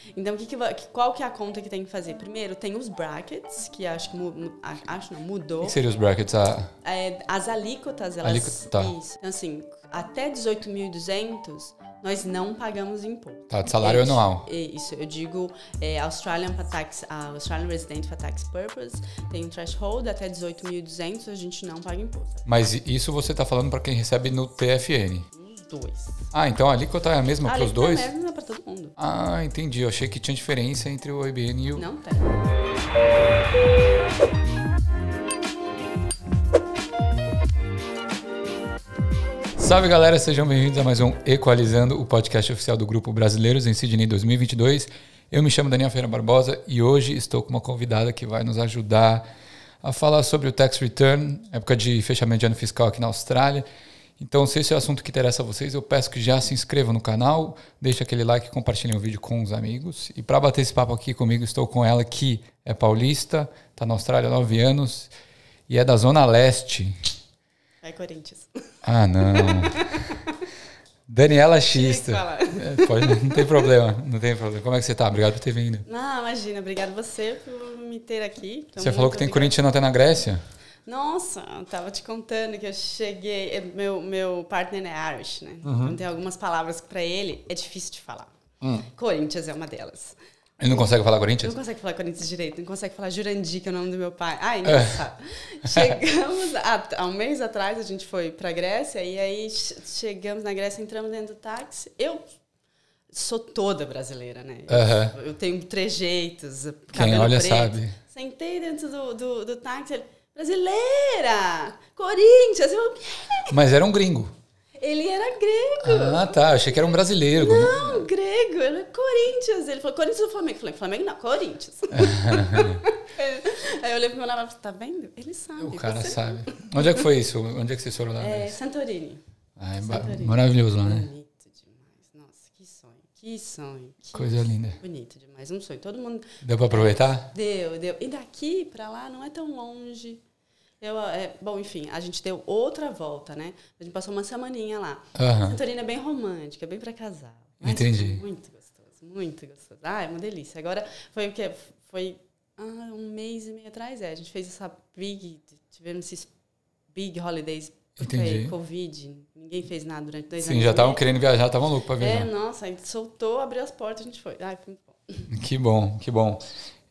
Então, qual que é a conta que tem que fazer? Primeiro, tem os brackets, que acho que mudou. O que seriam os brackets? As alíquotas, elas... Tá. Isso. Então, assim, até 18.200, nós não pagamos imposto. Tá, de salário anual. Isso, eu digo Australian Resident for Tax Purpose, tem um threshold, até 18.200 a gente não paga imposto. Mas isso você está falando para quem recebe no TFN? Os dois. Então a alíquota é a mesma para os dois? A alíquota é a mesma para todo mundo. Entendi. Eu achei que tinha diferença entre o IBN e o... Não tem. Salve galera, sejam bem-vindos a mais um Equalizando, o podcast oficial do Grupo Brasileiros em Sydney 2022. Eu me chamo Daniel Ferreira Barbosa e hoje estou com uma convidada que vai nos ajudar a falar sobre o Tax Return, época de fechamento de ano fiscal aqui na Austrália. Então, se esse é o assunto que interessa a vocês, eu peço que já se inscrevam no canal, deixem aquele like e compartilhem o vídeo com os amigos. E para bater esse papo aqui comigo, estou com ela que é paulista, está na Austrália há 9 anos e é da Zona Leste. É Corinthians. Não. Daniela Xista. Não tem problema. Como é que você tá? Obrigado por ter vindo. Não, imagina. Obrigado você por me ter aqui. Você falou que tem corintiano até na Grécia? Nossa, eu tava te contando que eu cheguei... Meu partner é Irish, né? Então tem algumas palavras que pra ele é difícil de falar. Corinthians é uma delas. Ele não consegue falar Corinthians? Não consegue falar Corinthians direito, não consegue falar Jurandir, que é o nome do meu pai. Engraçado. Chegamos, há um mês atrás, a gente foi pra Grécia, e aí chegamos na Grécia, entramos dentro do táxi. Eu sou toda brasileira, né? Eu tenho trejeitos, quem cabelo olha preto. Sabe. Sentei dentro do táxi, ele, brasileira! Corinthians! Mas era um gringo. Ele era grego. Tá. Achei que era um brasileiro. Não, grego. Ele era Corinthians. Ele falou, Corinthians ou Flamengo? Eu falei, Flamengo não, Corinthians. Aí eu olhei pro meu namorado e falei, tá vendo? Ele sabe. O cara sabe. Onde é que foi isso? Onde é que vocês foram lá? Santorini. Santorini. Maravilhoso lá, né? Bonito demais. Nossa, que sonho. Coisa linda. Bonito demais. Um sonho. Todo mundo... Deu pra aproveitar? Deu. E daqui pra lá não é tão longe. Bom, enfim, a gente deu outra volta, né? A gente passou uma semaninha lá. Santorini é bem romântica, bem pra casal. Entendi. Muito gostoso, muito gostoso. É uma delícia. Agora, foi o quê? Foi um mês e meio atrás, a gente fez tivemos esses big holidays, porque Covid, ninguém fez nada durante 2 anos. Sim, já estavam querendo viajar, estavam loucos pra viajar. Nossa, a gente soltou, abriu as portas, a gente foi. Foi muito bom. Que bom.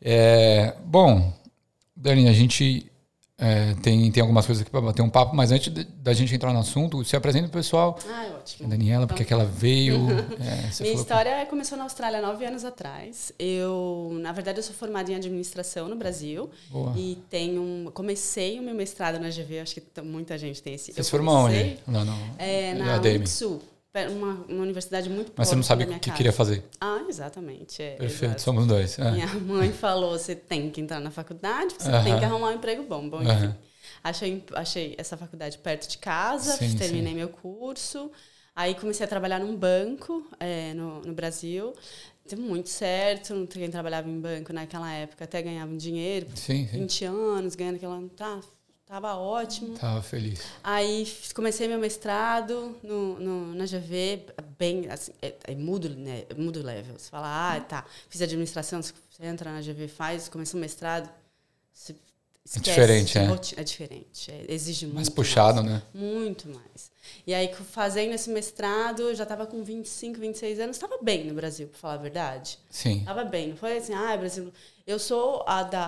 Bom, Dani, a gente... tem algumas coisas aqui para bater um papo, mas antes da gente entrar no assunto, se apresenta pro pessoal. Ótimo. A Daniela, porque que ela veio. Minha história começou na Austrália há 9 anos atrás. Na verdade, eu sou formada em administração no Brasil. Boa. E comecei o meu mestrado na GV, acho que muita gente tem esse. Você se formou onde? Não. Na UniSul. Uma universidade muito Mas você não sabe o que queria fazer. Exatamente. Perfeito, exato. somos dois. Minha mãe falou, você tem que entrar na faculdade, você tem que arrumar um emprego bom. Bom, enfim, achei essa faculdade perto de casa, terminei meu curso, aí comecei a trabalhar num banco no Brasil. Deu muito certo, quem trabalhava em banco naquela época até ganhava um dinheiro, 20 anos, ganhando aquela... Tava ótimo. Tava feliz. Aí comecei meu mestrado na GV, bem assim, muda o level. Você fala, fiz administração, você entra na GV, comecei o mestrado, você esquece. É diferente. Exige muito mais puxado, né? Muito mais. E aí, fazendo esse mestrado, eu já estava com 25, 26 anos, estava bem no Brasil, para falar a verdade. Sim. Estava bem. Não foi assim, Brasil... Eu sou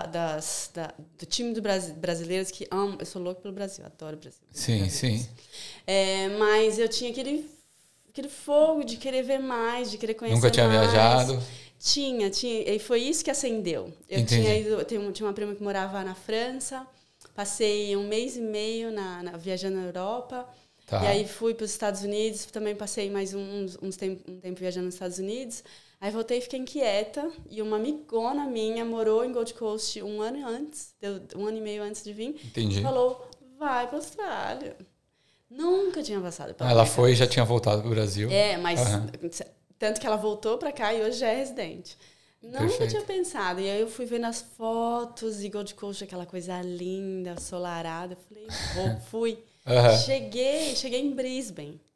do time do brasileiros que amo. Eu sou louco pelo Brasil, adoro o Brasil. Sim. Mas eu tinha aquele fogo de querer ver mais, de querer conhecer mais. Nunca tinha viajado? Tinha. E foi isso que acendeu. Eu tinha uma prima que morava na França, passei 1 mês e meio viajando na Europa. Tá. E aí fui para os Estados Unidos, também passei mais um tempo viajando nos Estados Unidos. Aí voltei e fiquei inquieta. E uma amigona minha morou em Gold Coast 1 ano antes, deu 1 ano e meio antes de vir. Entendi. Falou, vai para a Austrália. Nunca tinha passado pela Ela foi e já tinha voltado para o Brasil. Mas tanto que ela voltou para cá e hoje já é residente. Nunca tinha pensado. E aí eu fui vendo as fotos e Gold Coast, aquela coisa linda, ensolarada. Eu falei, fui. Cheguei em Brisbane.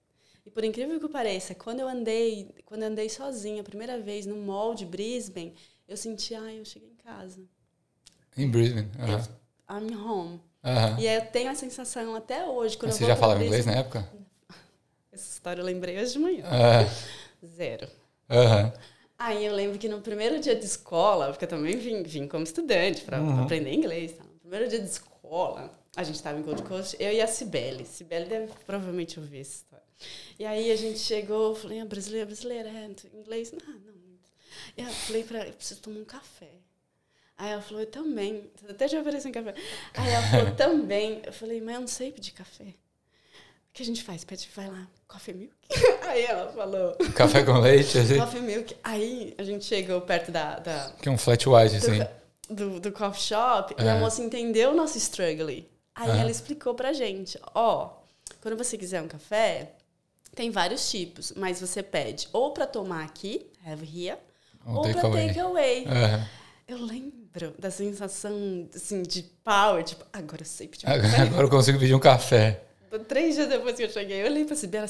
E por incrível que pareça, quando eu andei sozinha a primeira vez no mall de Brisbane, eu senti, eu cheguei em casa. Em Brisbane? I'm home. E aí eu tenho a sensação até hoje. Quando você já falava inglês na época? Essa história eu lembrei hoje de manhã. Zero. Aí eu lembro que no primeiro dia de escola, porque eu também vim como estudante para aprender inglês. Tá? No primeiro dia de escola, a gente estava em Gold Coast, eu e a Cibele. Cibele deve provavelmente ouvir essa história. E aí a gente chegou, eu falei, brasileira, inglês? Não. E eu falei eu preciso tomar um café. Aí ela falou, eu também. Até já ofereci um café. Aí ela falou, também. Eu falei, mas eu não sei pedir café. O que a gente faz? Vai lá, coffee milk. Aí ela falou... Café com leite? Assim? Coffee milk. Aí a gente chegou perto que é um flat white, assim. Do coffee shop. E a moça entendeu o nosso struggle. Aí ela explicou pra gente. Quando você quiser um café, tem vários tipos. Mas você pede ou pra tomar aqui, have here, ou pra take away. Eu lembro da sensação, assim, de power. Tipo, agora eu sei pedir um café. Agora eu consigo pedir um café. 3 dias depois que eu cheguei, eu olhei pra Cibele,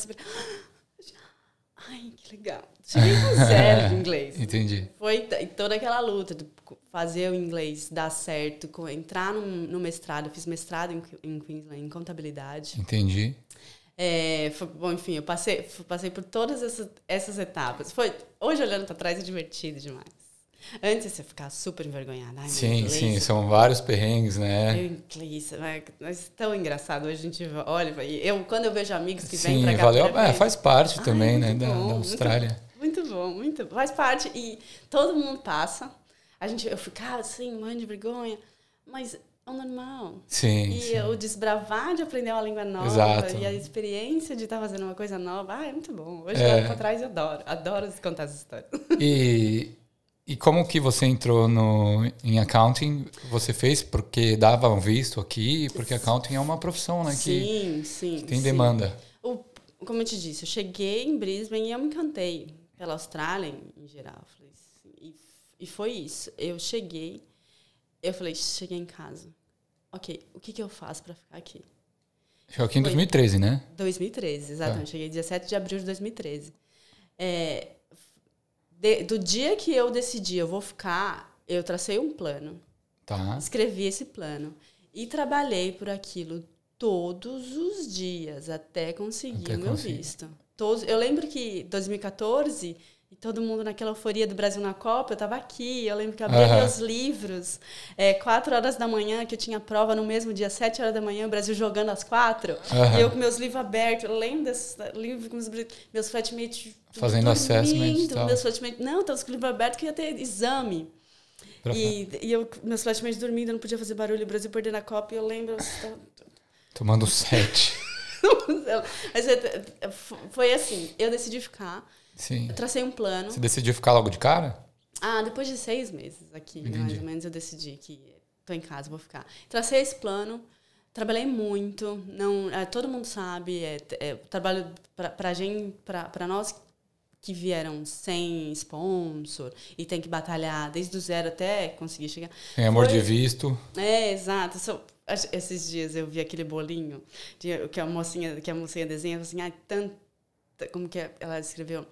ai, que legal. Cheguei com 0 de inglês. Entendi. Foi toda aquela luta de fazer o inglês dar certo, entrar no mestrado. Eu fiz mestrado em Queensland, em contabilidade. Entendi. Bom, enfim, eu passei por todas essas etapas. Hoje, olhando pra trás, é divertido demais. Antes você ficar super envergonhada. Sim, são vários perrengues, né? Inglês, mas tão engraçado. Hoje a gente olha, quando eu vejo amigos que vêm pra cá... faz parte também, né, da Austrália. Muito bom. Faz parte e todo mundo passa. Eu ficava assim, mãe de vergonha, mas é o normal. Sim. O desbravar de aprender uma língua nova. Exato. E a experiência de estar fazendo uma coisa nova, é muito bom. Hoje eu olho pra trás e adoro contar essa história. E como que você entrou em accounting? Você fez porque dava um visto aqui? Porque accounting é uma profissão, né? Sim. Que tem demanda. Como eu te disse, eu cheguei em Brisbane e eu me encantei pela Austrália em geral. E foi isso. Eu cheguei em casa. Ok, o que eu faço para ficar aqui? Chegou aqui em 2013, né? 2013, exatamente. Cheguei 17 de abril de 2013. Do dia que eu decidi, eu vou ficar, eu tracei um plano. Tá. Escrevi esse plano. E trabalhei por aquilo todos os dias, até conseguir o meu visto. Eu lembro que em 2014, e todo mundo naquela euforia do Brasil na Copa, eu estava aqui. Eu lembro que eu abri meus livros, 4 horas da manhã, que eu tinha prova no mesmo dia, 7 horas da manhã, o Brasil jogando às 4. E eu com meus livros abertos, eu lembro desses livros com meus flatmates fazendo assessment e tal. Meus flatmates, não, estava com o livro aberto que ia ter exame. Meus flatmates dormindo, eu não podia fazer barulho, o Brasil perdendo a Copa, e eu lembro... Tomando 7. Mas foi assim, eu decidi ficar. Sim. Eu tracei um plano. Você decidiu ficar logo de cara? Depois de 6 meses aqui, Entendi. mais ou menos, eu decidi que tô em casa, vou ficar. Tracei esse plano, trabalhei muito, todo mundo sabe, trabalho para nós que vieram sem sponsor e tem que batalhar desde o zero até conseguir chegar. Tem amor de visto. Exato. Esses dias eu vi aquele bolinho que a mocinha desenha assim, como que ela escreveu?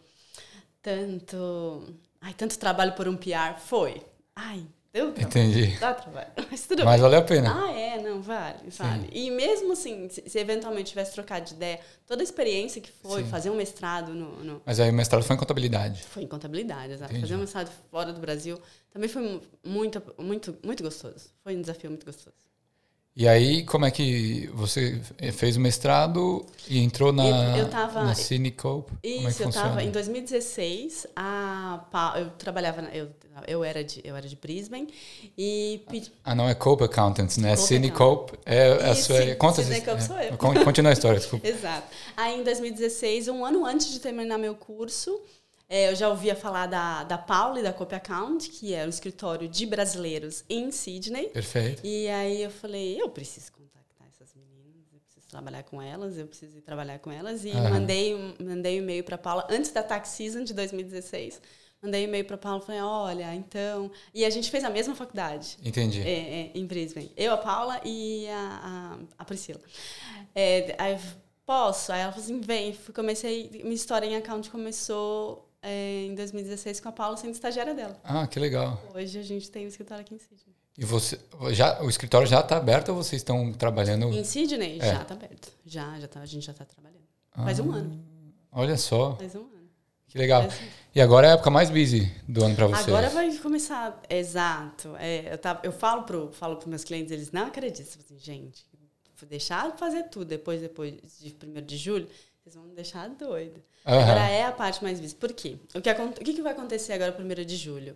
Tanto trabalho por um PR. Foi. Deu trabalho. Entendi. Dá trabalho. Mas tudo Mas bem. valeu a pena. Não, vale. E mesmo assim, se eventualmente tivesse trocado de ideia, toda a experiência que foi, fazer um mestrado no... Mas aí o mestrado foi em contabilidade. Foi em contabilidade, exato. Entendi. Fazer um mestrado fora do Brasil também foi muito, muito, muito gostoso. Foi um desafio muito gostoso. E aí, como é que você fez o mestrado e entrou na Cinecope? Isso, eu estava em 2016, eu trabalhava, eu era de Brisbane e... não é Cope Accountants, né? Cinecope é a sua... Cinecope sou eu. Continua a história, desculpa. Exato. Aí, em 2016, um ano antes de terminar meu curso, eu já ouvia falar da Paula e da Cope Account, que é o escritório de brasileiros em Sydney. Perfeito. E aí eu falei, eu preciso contactar essas meninas, eu preciso trabalhar com elas, eu preciso ir trabalhar com elas. E mandei um e-mail para a Paula, antes da tax season de 2016. Mandei um e-mail para a Paula e falei, olha, então... E a gente fez a mesma faculdade. Entendi. Em Brisbane. Eu, a Paula e a Priscila. Aí, posso? Aí ela falou assim, vem. Minha história em account começou em 2016 com a Paula sendo estagiária dela. Ah, que legal. Hoje a gente tem um escritório aqui em Sydney. E o escritório já está aberto ou vocês estão trabalhando? Em Sydney? Já está aberto. A gente já está trabalhando. Faz um ano. Olha só. Faz um ano. Que legal. E agora é a época mais busy do ano para vocês. Agora vai começar, exato. Eu falo para os meus clientes, eles não acreditam. Assim, gente, vou deixar de fazer tudo depois de 1º de julho, vocês vão me deixar doido. Agora é a parte mais busy. Por quê? O que vai acontecer agora 1º de julho?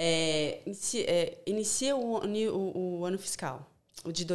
Inicia o ano fiscal, o de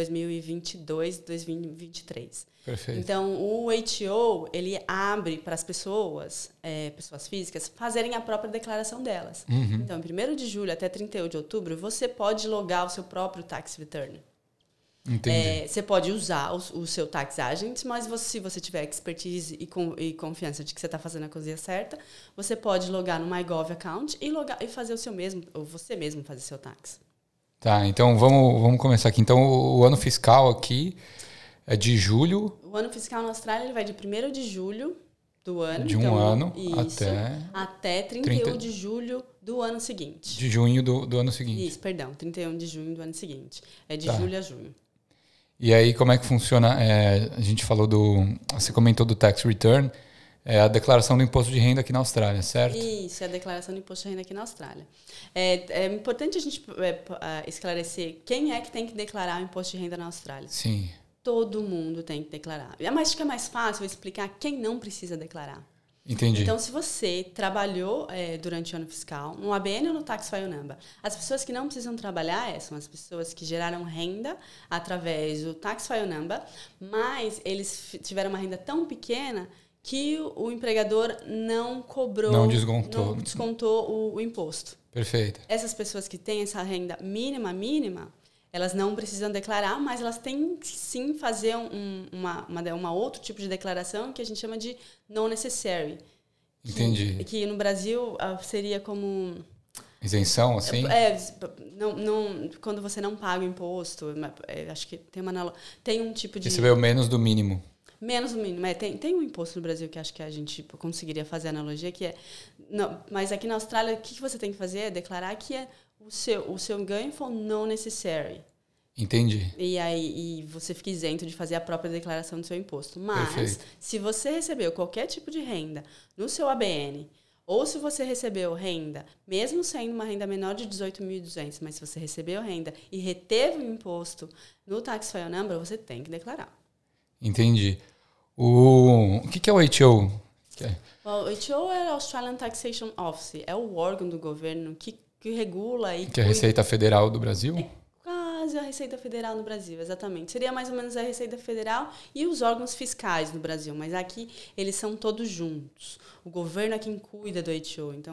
2022, 2023. Perfeito. Então, o HO, ele abre para as pessoas físicas, fazerem a própria declaração delas. Uhum. Então, 1º de julho até 31 de outubro, você pode logar o seu próprio tax return. Entendi. Você pode usar o seu tax agent, mas se você tiver expertise e confiança de que você está fazendo a coisa certa, você pode logar no MyGov account e fazer você mesmo fazer seu tax. Tá, então vamos começar aqui. Então, o ano fiscal aqui é de julho. O ano fiscal na Austrália ele vai de 1º de julho do ano. De um ano até 31 de julho do ano seguinte. De junho do ano seguinte. Isso, perdão. 31 de junho do ano seguinte. É de julho a junho. E aí, como é que funciona? A gente falou você comentou do tax return, a declaração do imposto de renda aqui na Austrália, certo? Isso, é a declaração do imposto de renda aqui na Austrália. É importante a gente esclarecer quem é que tem que declarar o imposto de renda na Austrália. Sim. Todo mundo tem que declarar. Mas fica mais fácil eu explicar quem não precisa declarar. Entendi. Então, se você trabalhou durante o ano fiscal, no ABN ou no Tax File Number, as pessoas que não precisam trabalhar são as pessoas que geraram renda através do Tax File Number, mas eles tiveram uma renda tão pequena que o empregador não cobrou, não descontou o imposto. Perfeito. Essas pessoas que têm essa renda mínima, elas não precisam declarar, mas elas têm que sim fazer uma outro tipo de declaração que a gente chama de non-necessary. Entendi. Que no Brasil seria como... Isenção, assim? Quando você não paga o imposto, acho que tem um tipo de... Recebeu menos do mínimo. Menos do mínimo. Tem um imposto no Brasil que acho que a gente conseguiria fazer a analogia, que é... Não, mas aqui na Austrália, o que você tem que fazer é declarar que o seu ganho for non-necessary. Entendi. E você fica isento de fazer a própria declaração do seu imposto. Mas, perfeito, se você recebeu qualquer tipo de renda no seu ABN, ou se você recebeu renda, mesmo sendo uma renda menor de 18.200, mas se você recebeu renda e reteve o imposto no Tax File Number, você tem que declarar. Entendi. O que é o HO? O HO é o Australian Taxation Office. É o órgão do governo que regula e que é a Receita Federal do Brasil? É quase a Receita Federal no Brasil, exatamente. Seria mais ou menos a Receita Federal e os órgãos fiscais no Brasil, mas aqui eles são todos juntos. O governo é quem cuida do HO. Então,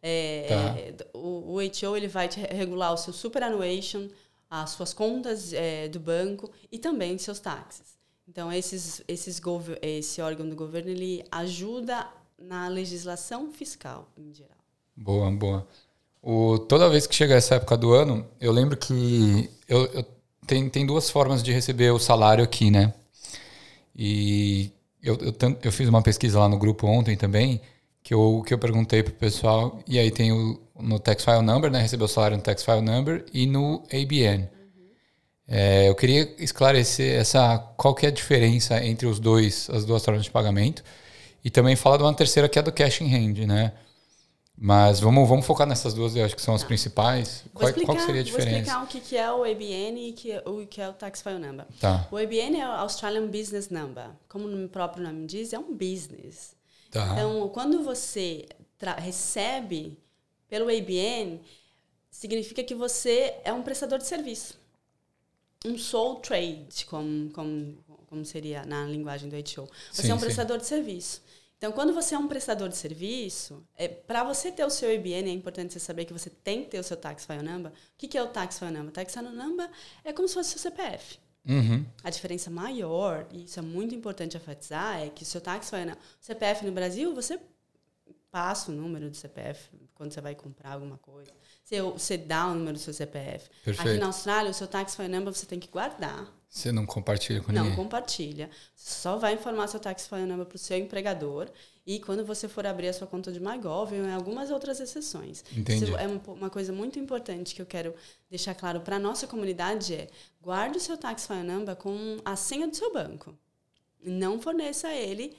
o HO ele vai te regular o seu superannuation, as suas contas do banco e também seus táxis. Então, esse órgão do governo ele ajuda na legislação fiscal em geral. Boa. Toda vez que chega essa época do ano, eu lembro que tem duas formas de receber o salário aqui, né? E eu fiz uma pesquisa lá no grupo ontem também, que eu perguntei pro pessoal, e aí tem no Tax File Number, né? Receber o salário no Tax File Number e no ABN. Eu queria esclarecer qual que é a diferença entre as duas formas de pagamento, e também falar de uma terceira que é do Cash in Hand, né? Mas vamos focar nessas duas, eu acho que são as principais. Qual seria a diferença? Vou explicar o que é o ABN e o que é o Tax File Number. Tá. O ABN é o Australian Business Number. Como o próprio nome diz, é um business. Tá. Então, quando você recebe pelo ABN, significa que você é um prestador de serviço. Um sole trade, como seria na linguagem do HO. Você é um prestador de serviço. Então, quando você é um prestador de serviço, para você ter o seu ABN, é importante você saber que você tem que ter o seu Tax File Number. O que é o Tax File Number? O Tax File Number é como se fosse o seu CPF. Uhum. A diferença maior, e isso é muito importante enfatizar, é que o seu Tax File Number... CPF no Brasil, você passa o número do CPF quando você vai comprar alguma coisa. Você dá o número do seu CPF. Perfeito. Aqui na Austrália, o seu Tax File Number você tem que guardar. Você não compartilha com ninguém? Não compartilha. Você só vai informar seu tax file number para o seu empregador e quando você for abrir a sua conta de MyGov, em algumas outras exceções. Entendi. Isso é uma coisa muito importante que eu quero deixar claro para a nossa comunidade guarde o seu tax file number com a senha do seu banco. Não forneça ele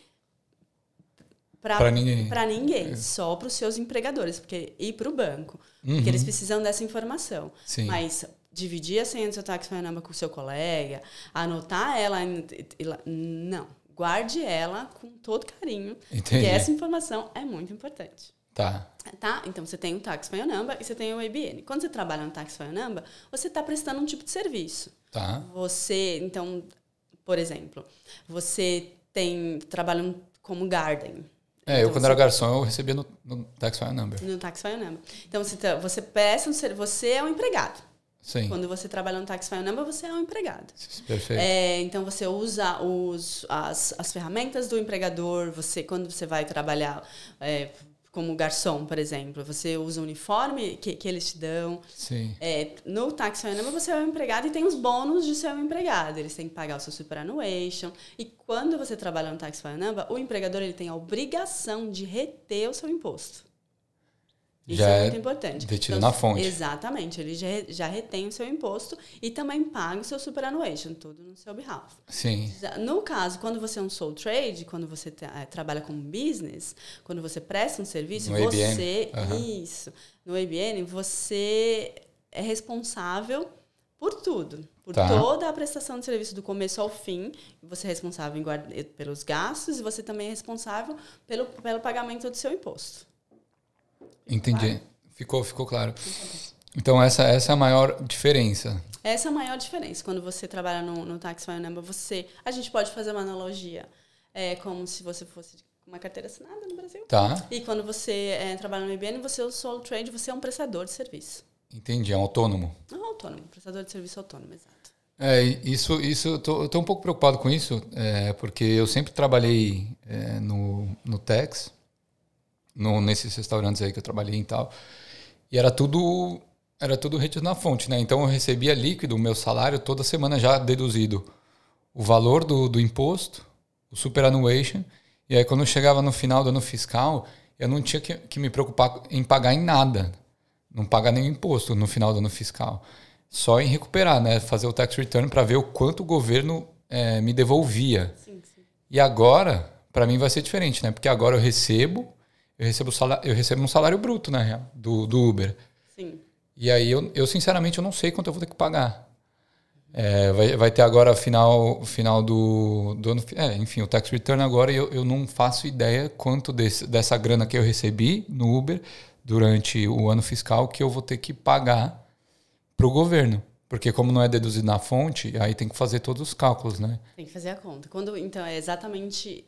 para ninguém, só para os seus empregadores e para o banco, porque eles precisam dessa informação. Sim. Mas dividir a senha do seu tax file number com o seu colega, anotar ela, não. Guarde ela com todo carinho, porque essa informação é muito importante. Tá? Então, você tem o tax file number e você tem o ABN. Quando você trabalha no tax file number, você está prestando um tipo de serviço. Tá. Então, por exemplo, você trabalha como garden. Eu quando era garçom, eu recebia no tax file number. No tax file number. Então, você presta você é um empregado. Sim. Quando você trabalha no tax file number, você é um empregado. Perfeito. Então, você usa as ferramentas do empregador. Quando você vai trabalhar como garçom, por exemplo, você usa o uniforme que eles te dão. Sim. No tax file number, você é um empregado e tem os bônus de ser um empregado. Eles têm que pagar o seu superannuation. E quando você trabalha no tax file number, o empregador ele tem a obrigação de reter o seu imposto. Isso é muito importante. Detido na fonte. Exatamente. Ele já retém o seu imposto e também paga o seu superannuation, tudo no seu behalf. Sim. No caso, quando você é um sole trade, quando você trabalha como business, quando você presta um serviço, no ABN. Isso. No ABN, você é responsável por tudo. Por toda a prestação de serviço do começo ao fim. Você é responsável pelos gastos e você também é responsável pelo pagamento do seu imposto. Entendi. Ficou claro. Então, essa é a maior diferença. Essa é a maior diferença. Quando você trabalha no tax file number, a gente pode fazer uma analogia. Como se você fosse uma carteira assinada no Brasil. Tá. E quando você trabalha no IBN, você é o sole trade, você é um prestador de serviço. Entendi, é um autônomo. É um autônomo, prestador de serviço autônomo, exato. Isso eu tô um pouco preocupado com isso, porque eu sempre trabalhei no tax, nesses restaurantes aí que eu trabalhei e tal, e era tudo retido na fonte, né? Então eu recebia líquido, o meu salário toda semana já deduzido o valor do imposto, o superannuation, e aí quando eu chegava no final do ano fiscal, eu não tinha que me preocupar em pagar em nada, não pagar nenhum imposto no final do ano fiscal, só em recuperar, né? Fazer o tax return para ver o quanto o governo me devolvia. Sim. E agora, para mim vai ser diferente, né? Porque agora eu recebo um salário bruto, na real, do Uber. Sim. E aí eu sinceramente eu não sei quanto eu vou ter que pagar. Vai ter agora final do ano, enfim, o tax return agora, e eu não faço ideia quanto dessa grana que eu recebi no Uber durante o ano fiscal que eu vou ter que pagar para o governo. Porque como não é deduzido na fonte, aí tem que fazer todos os cálculos, né? Tem que fazer a conta. Então, é exatamente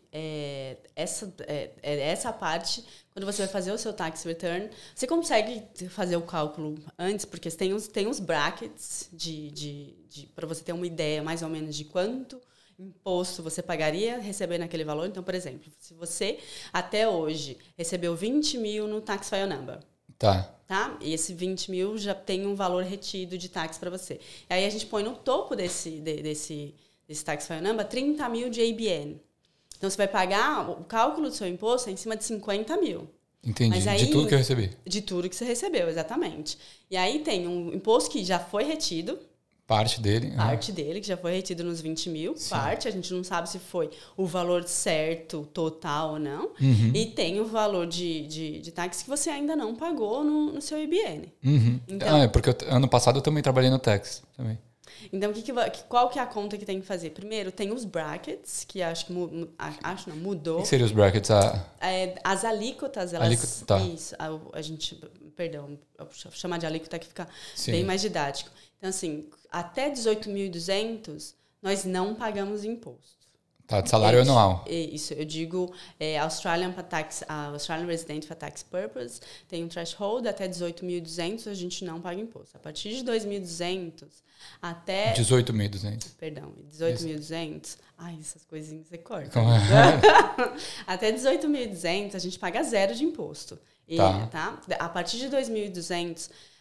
essa parte, quando você vai fazer o seu tax return, você consegue fazer o cálculo antes, porque tem os brackets para você ter uma ideia mais ou menos de quanto imposto você pagaria recebendo aquele valor. Então, por exemplo, se você até hoje recebeu 20 mil no tax file number, tá? E esse 20 mil já tem um valor retido de tax para você. E aí a gente põe no topo desse tax file number 30 mil de ABN. Então você vai pagar, o cálculo do seu imposto é em cima de 50 mil. Entendi. Mas aí, de tudo que eu recebi. De tudo que você recebeu, exatamente. E aí tem um imposto que já foi retido. Parte dele. Parte dele, que já foi retido nos 20 mil. Sim. A gente não sabe se foi o valor certo, total ou não. Uhum. E tem o valor de tax que você ainda não pagou no seu IBN. Uhum. Então, porque ano passado eu também trabalhei no tax também. Então, qual que é a conta que tem que fazer? Primeiro, tem os brackets, que mudou. O que seriam os brackets? As alíquotas, elas... Tá. Isso, perdão, chamar de alíquota que fica Sim. bem mais didático. Então, assim, até 18.200, nós não pagamos imposto. Tá, de salário anual. Isso, eu digo Australian Resident for Tax Purpose, tem um threshold, até 18.200 a gente não paga imposto. A partir de 2.200 até... 18.200. Perdão, 18.200... Ai, essas coisinhas você corta. Até 18.200 a gente paga zero de imposto. A partir de 2.200...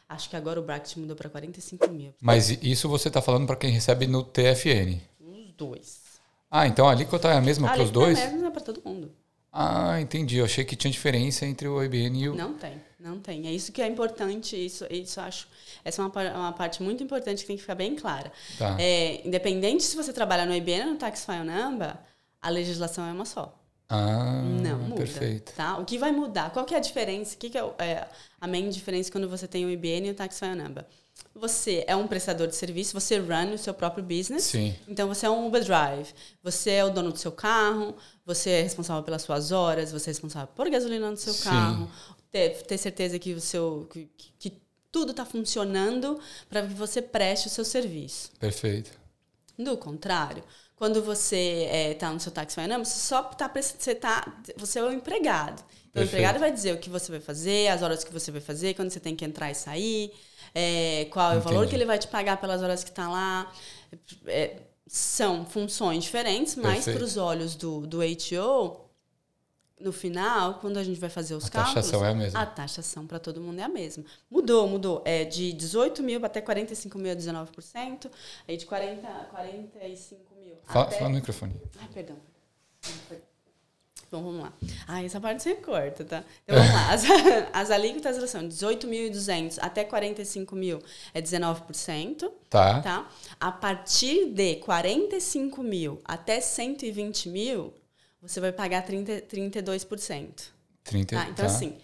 Acho que agora o bracket mudou para 45 mil. Mas isso você está falando para quem recebe no TFN? Os dois. Ah, então a alíquota é a mesma para os dois? A mesma é para todo mundo. Ah, entendi. Eu achei que tinha diferença entre o IBN e o... Não tem. É isso que é importante, isso acho. Essa é uma parte muito importante que tem que ficar bem clara. Tá. Independente se você trabalha no IBN ou no Tax File Number, a legislação é uma só. Ah, não muda. Perfeito. Tá? O que vai mudar? Qual que é a diferença? O que é a main diferença quando você tem o IBN e o Tax File Number? Você é um prestador de serviço, você run o seu próprio business. Sim. Então, você é um Uber Drive. Você é o dono do seu carro, você é responsável pelas suas horas, você é responsável por gasolina no seu carro, ter certeza que que tudo está funcionando para que você preste o seu serviço. Perfeito. Do contrário, quando você está no seu tax file number, você é o empregado. Então, o empregado vai dizer o que você vai fazer, as horas que você vai fazer, quando você tem que entrar e sair, qual é o valor que ele vai te pagar pelas horas que está lá. São funções diferentes, mas para os olhos do HO, no final, quando a gente vai fazer os cálculos... A taxação é a mesma. A taxação para todo mundo é a mesma. Mudou. É de 18 mil até 45 mil é 19%, aí de 45 mil Fala no microfone. Ai, perdão. Bom, vamos lá. Essa parte você corta, tá? Então, vamos lá. As alíquotas são 18.200 até 45 mil é 19%. Tá? A partir de 45 mil até 120 mil, você vai pagar 32%. Então, assim,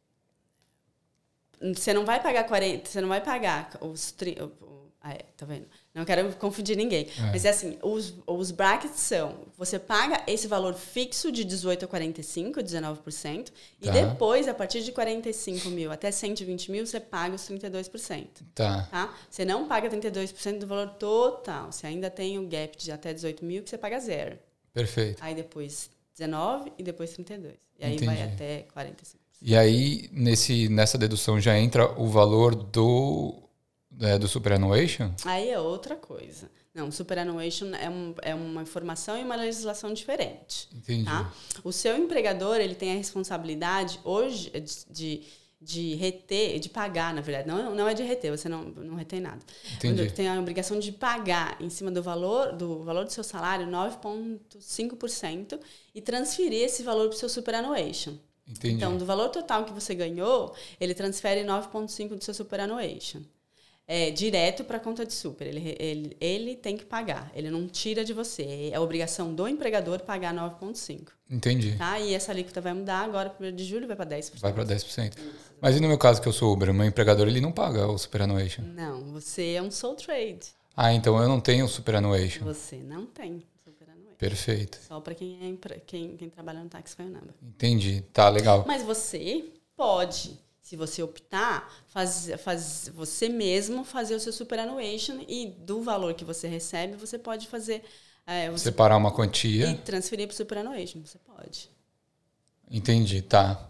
você não vai pagar 40%, você não vai pagar os... tá vendo? Não quero confundir ninguém. Mas é assim, os brackets são, você paga esse valor fixo de 18 a 45, 19%, e depois, a partir de 45 mil até 120 mil, você paga os 32%. Tá? Você não paga 32% do valor total. Você ainda tem o gap de até 18 mil que você paga zero. Perfeito. Aí depois 19 e depois 32. E aí vai até 45%. E aí, nessa dedução já entra o valor do superannuation? Aí é outra coisa. Não, superannuation é uma informação e uma legislação diferente. Entendi. Tá? O seu empregador, ele tem a responsabilidade hoje de reter, de pagar, na verdade. Não é de reter, você não retém nada. Entendi. Tem a obrigação de pagar em cima do valor do seu salário 9,5% e transferir esse valor para o seu superannuation. Entendi. Então, do valor total que você ganhou, ele transfere 9,5% do seu superannuation. Direto para a conta de super. Ele tem que pagar. Ele não tira de você. É a obrigação do empregador pagar 9,5%. Entendi. Tá? E essa alíquota vai mudar agora, 1º de julho, vai para 10%. Vai para 10%. Mas e no meu caso, que eu sou Uber, meu empregador ele não paga o superannuation? Não, você é um sole trade. Então eu não tenho superannuation. Você não tem superannuation. Perfeito. Só para quem trabalha no Tax File Number. Entendi. Tá, legal. Mas você pode... Se você optar, você mesmo fazer o seu superannuation e do valor que você recebe, você pode fazer... separar uma quantia. E transferir para o superannuation. Você pode. Entendi, tá.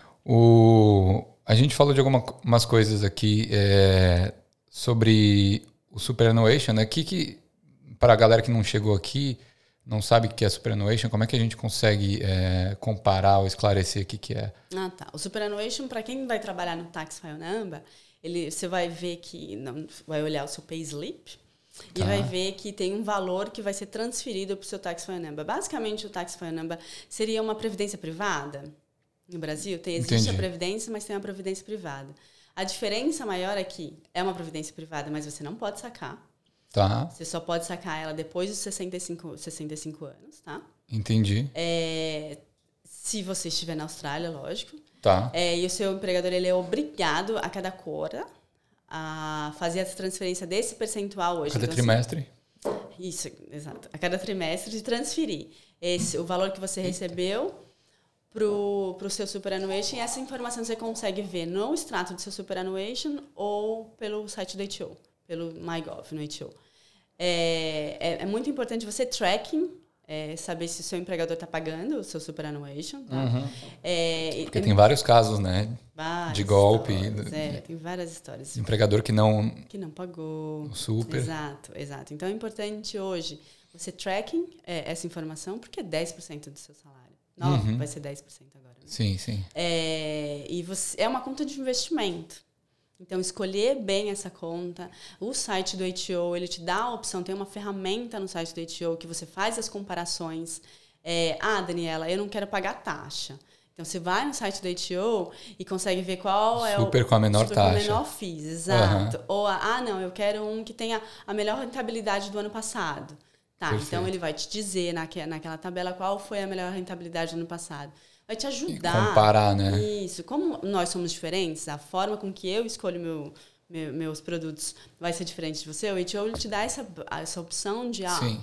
A gente falou de algumas coisas aqui sobre o superannuation, né? Para a galera que não chegou aqui, não sabe o que é superannuation, como é que a gente consegue comparar ou esclarecer o que é? Tá. O superannuation, para quem vai trabalhar no Tax File Number, você vai ver que... vai olhar o seu payslip e vai ver que tem um valor que vai ser transferido para o seu Tax File Number. Basicamente, o Tax File Number seria uma previdência privada. No Brasil, existe a previdência, mas tem a previdência privada. A diferença maior é que é uma previdência privada, mas você não pode sacar. Tá. Você só pode sacar ela depois dos 65 anos, tá? Entendi. Se você estiver na Austrália, lógico. Tá. E o seu empregador ele é obrigado a cada quarter a fazer essa transferência desse percentual hoje. Cada trimestre? Isso, exato. A cada trimestre de transferir o valor que você recebeu pro seu superannuation. E essa informação você consegue ver no extrato do seu superannuation ou pelo site do HO. Pelo MyGov, no HO. É muito importante você tracking, saber se o seu empregador está pagando o seu superannuation. Tá? Porque tem vários casos, né? De golpe. Tem várias histórias. Empregador que não pagou. O super. Exato. Então é importante hoje você tracking essa informação, porque é 10% do seu salário. Vai ser 10% agora. Né? Sim. E é uma conta de investimento. Então, escolher bem essa conta. O site do HO, ele te dá a opção, tem uma ferramenta no site do HO que você faz as comparações. Daniela, eu não quero pagar taxa. Então, você vai no site do HO e consegue ver qual é o... Super com a menor taxa. Com a menor fees, exato. Ou, não, eu quero um que tenha a melhor rentabilidade do ano passado. Tá, perfeito. Então ele vai te dizer naquela tabela qual foi a melhor rentabilidade do ano passado. Vai te ajudar. E comparar, né? Isso. Como nós somos diferentes, a forma com que eu escolho meus produtos vai ser diferente de você. O HO te dá essa opção de, Sim.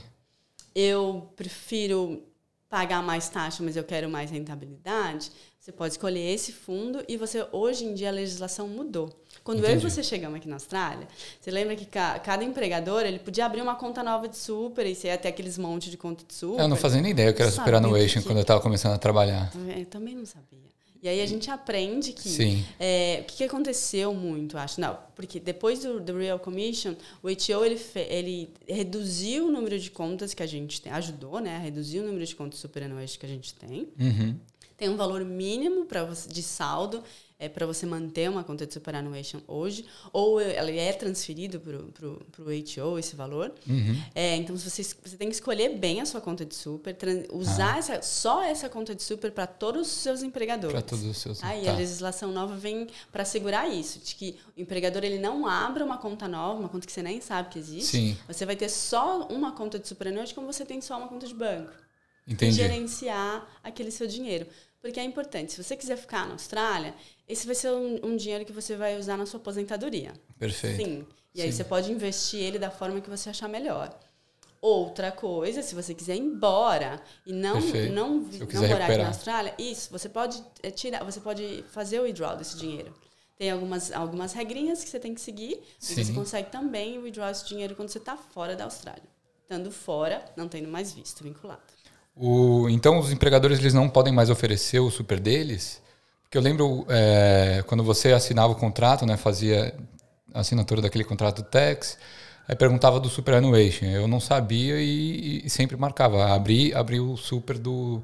Eu prefiro pagar mais taxa, mas eu quero mais rentabilidade. Você pode escolher esse fundo e hoje em dia a legislação mudou. Quando eu e você chegamos aqui na Austrália, você lembra que cada empregador ele podia abrir uma conta nova de super e você ia ter aqueles monte de conta de super. Eu não fazia nem ideia que era superannuation quando eu estava começando a trabalhar. Eu também não sabia. E aí a gente aprende que... Sim. O que aconteceu muito, acho? Não, porque depois do Real Commission, o HO ele reduziu o número de contas que a gente tem, ajudou, né, a reduzir o número de contas superannuation que a gente tem. Uhum. Tem um valor mínimo de saldo para você manter uma conta de superannuation hoje, ou ela é transferido para o HO, esse valor. Uhum. Então, você tem que escolher bem a sua conta de super, usar só essa conta de super para todos os seus empregadores. Para todos os seus. E a legislação nova vem para assegurar isso, de que o empregador ele não abra uma conta nova, uma conta que você nem sabe que existe. Sim. Você vai ter só uma conta de superannuation como você tem só uma conta de banco. Entendi. E gerenciar aquele seu dinheiro. Porque é importante, se você quiser ficar na Austrália, esse vai ser um dinheiro que você vai usar na sua aposentadoria. Perfeito. Sim. E aí você pode investir ele da forma que você achar melhor. Outra coisa, se você quiser ir embora e não morar aqui na Austrália, você pode você pode fazer o withdrawal desse dinheiro. Tem algumas regrinhas que você tem que seguir, e você consegue também withdraw esse dinheiro quando você está fora da Austrália. Estando fora, não tendo mais visto vinculado. Então, os empregadores eles não podem mais oferecer o super deles? Porque eu lembro, quando você assinava o contrato, né, fazia a assinatura daquele contrato tax, aí perguntava do superannuation. Eu não sabia e sempre marcava. Abri o super do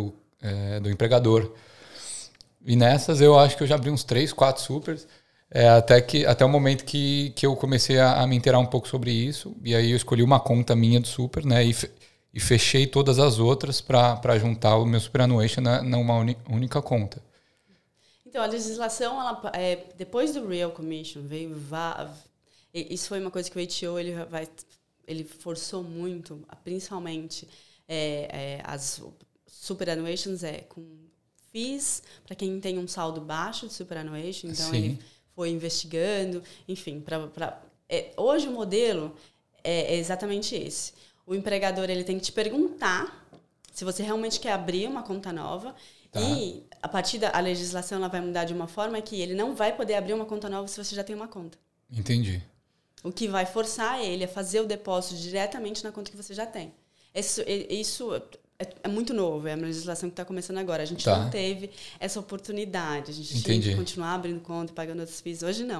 empregador. E nessas eu acho que eu já abri uns 3, 4 supers, até o momento que eu comecei a me inteirar um pouco sobre isso. E aí eu escolhi uma conta minha do super, né, e fechei todas as outras para juntar o meu superannuation numa única conta. Então, a legislação, depois do Real Commission, isso foi uma coisa que o HO ele forçou muito, principalmente as superannuations com fees para quem tem um saldo baixo de superannuation. Então, ele foi investigando, enfim. Hoje o modelo é exatamente esse. O empregador ele tem que te perguntar se você realmente quer abrir uma conta nova. Tá. E a partir da legislação ela vai mudar de uma forma que ele não vai poder abrir uma conta nova se você já tem uma conta. Entendi. O que vai forçar ele a fazer o depósito diretamente na conta que você já tem. Isso é muito novo, é uma legislação que está começando agora. A gente não teve essa oportunidade. A gente tinha que continuar abrindo conta e pagando outros FIIs. Hoje não.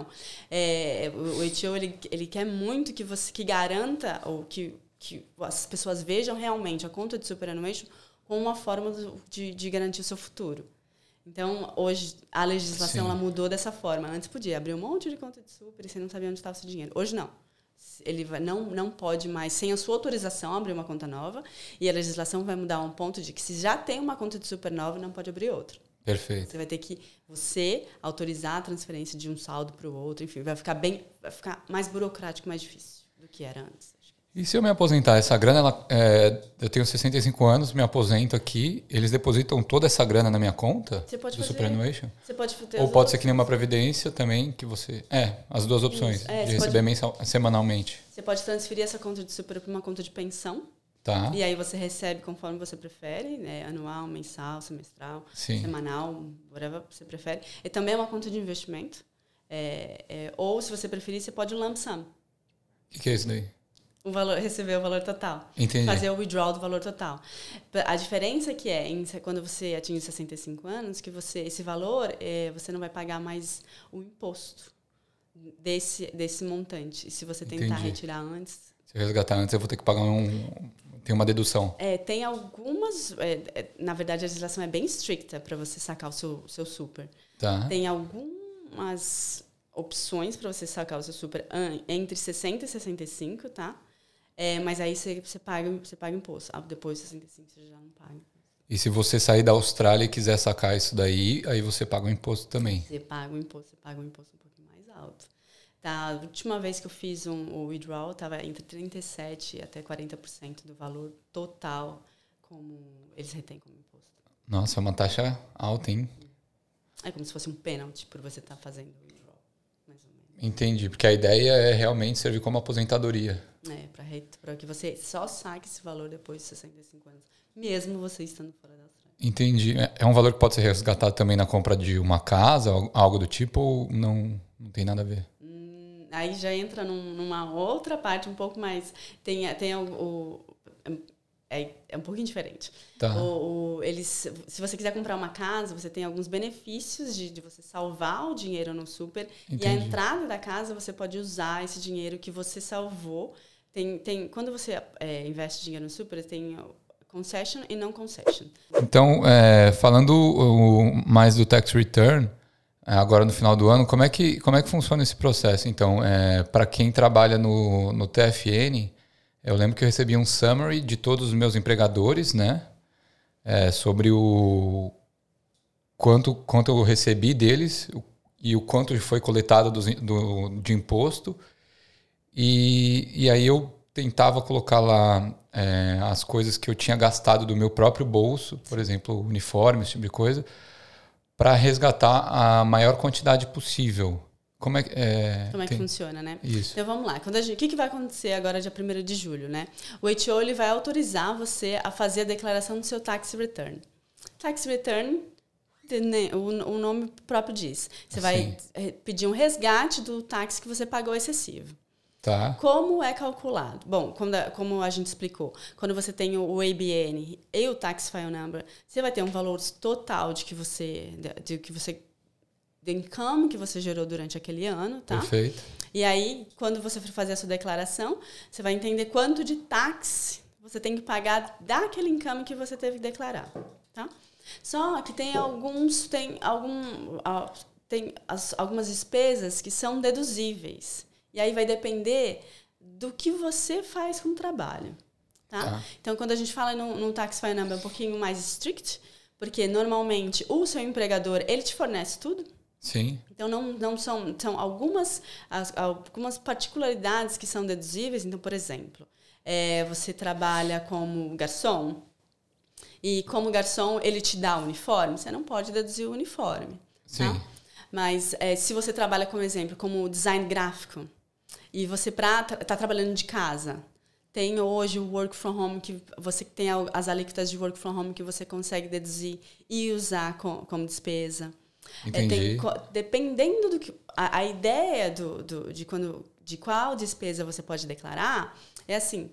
O HO ele quer muito que garanta ou que as pessoas vejam realmente a conta de superannuation como uma forma de garantir o seu futuro. Então, hoje, a legislação ela mudou dessa forma. Antes podia abrir um monte de conta de super e você não sabia onde estava o seu dinheiro. Hoje, não. Ele não pode mais, sem a sua autorização, abrir uma conta nova. E a legislação vai mudar a um ponto de que se já tem uma conta de super nova, não pode abrir outra. Perfeito. Você vai ter que autorizar a transferência de um saldo para o outro. Enfim, vai ficar mais burocrático, mais difícil do que era antes. E se eu me aposentar? Essa grana, eu tenho 65 anos, me aposento aqui, eles depositam toda essa grana na minha conta do superannuation? Você pode fazer. Ou pode ser que nem uma previdência também, que você... as duas opções, de receber semanalmente. Você pode transferir essa conta de super para uma conta de pensão. Tá. E aí você recebe conforme você prefere, né? Anual, mensal, semestral, semanal, whatever você prefere. E também é uma conta de investimento. Ou, se você preferir, você pode lump sum. O que é isso daí? Receber o valor total. Entendi. Fazer o withdrawal do valor total. A diferença que quando você atinge 65 anos, que esse valor, você não vai pagar mais o imposto desse montante. E se você tentar retirar antes... Se eu resgatar antes, eu vou ter que pagar tem uma dedução. Tem algumas... na verdade, a legislação é bem estricta para você sacar o seu super. Tá. Tem algumas opções para você sacar o seu super entre 60 e 65, tá? Mas aí você paga imposto. Depois de 65 você já não paga. E se você sair da Austrália e quiser sacar isso daí, aí você paga o imposto também. Você paga o imposto um pouquinho mais alto. Tá, a última vez que eu fiz o withdrawal, estava entre 37% até 40% do valor total como eles retêm como imposto. Nossa, é uma taxa alta, hein? É como se fosse um pênalti por você estar fazendo o withdrawal, mais ou menos. Entendi, porque a ideia é realmente servir como aposentadoria. Para que você só saque esse valor depois de 65 anos, mesmo você estando fora da Austrália. Entendi. É um valor que pode ser resgatado também na compra de uma casa, algo do tipo, ou não tem nada a ver? Aí já entra numa outra parte um pouco mais... Tem é um pouquinho diferente. Tá. Se você quiser comprar uma casa, você tem alguns benefícios de você salvar o dinheiro no super. Entendi. E a entrada da casa, você pode usar esse dinheiro que você salvou. Quando você investe dinheiro no super, tem concession e não concession. Então, falando mais do tax return, agora no final do ano, como é que funciona esse processo? Então, para quem trabalha no TFN... Eu lembro que eu recebi um summary de todos os meus empregadores, né? Sobre o quanto eu recebi deles e o quanto foi coletado de imposto. E aí eu tentava colocar lá as coisas que eu tinha gastado do meu próprio bolso, por exemplo, uniforme, esse tipo de coisa, para resgatar a maior quantidade possível. Como é que funciona, né? Isso. Então, vamos lá. O que vai acontecer agora, dia 1º de julho, né? O HO ele vai autorizar você a fazer a declaração do seu tax return. Tax return, o nome próprio diz. Você vai pedir um resgate do tax que você pagou excessivo. Tá. Como é calculado? Bom, como a gente explicou, quando você tem o ABN e o Tax File Number, você vai ter um valor total do income que você gerou durante aquele ano, tá? Perfeito. E aí, quando você for fazer a sua declaração, você vai entender quanto de tax você tem que pagar daquele income que você teve que declarar, tá? Só que tem algumas despesas que são deduzíveis. E aí vai depender do que você faz com o trabalho, tá? Então, quando a gente fala num Tax File Number um pouquinho mais strict, porque normalmente o seu empregador, ele te fornece tudo. Sim. Então, não são algumas particularidades que são deduzíveis. Então, por exemplo, você trabalha como garçom e como garçom ele te dá o uniforme, você não pode deduzir o uniforme. Sim. Tá? Mas se você trabalha, como exemplo, como design gráfico e você está trabalhando de casa, tem hoje o work from home, que você tem as alíquotas de work from home que você consegue deduzir e usar como despesa. Entendi. Dependendo do que... A ideia de qual despesa você pode declarar é assim: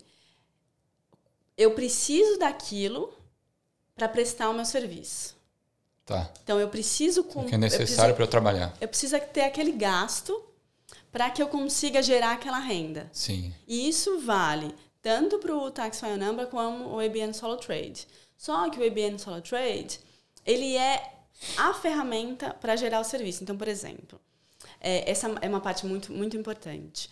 eu preciso daquilo para prestar o meu serviço. Tá. Então, eu preciso... O que é necessário para eu trabalhar. Eu preciso ter aquele gasto para que eu consiga gerar aquela renda. Sim. E isso vale tanto para o Tax File Number como o ABN Solo Trade. Só que o ABN Solo Trade, ele é a ferramenta para gerar o serviço. Então, por exemplo, essa é uma parte muito, muito importante.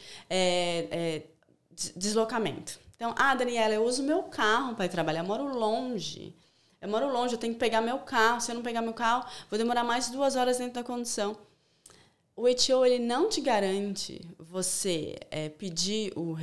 Deslocamento. Então, Daniela, eu uso meu carro para ir trabalhar. Eu moro longe, eu tenho que pegar meu carro. Se eu não pegar meu carro, vou demorar mais de 2 horas dentro da condução. O HO, ele não te garante você pedir o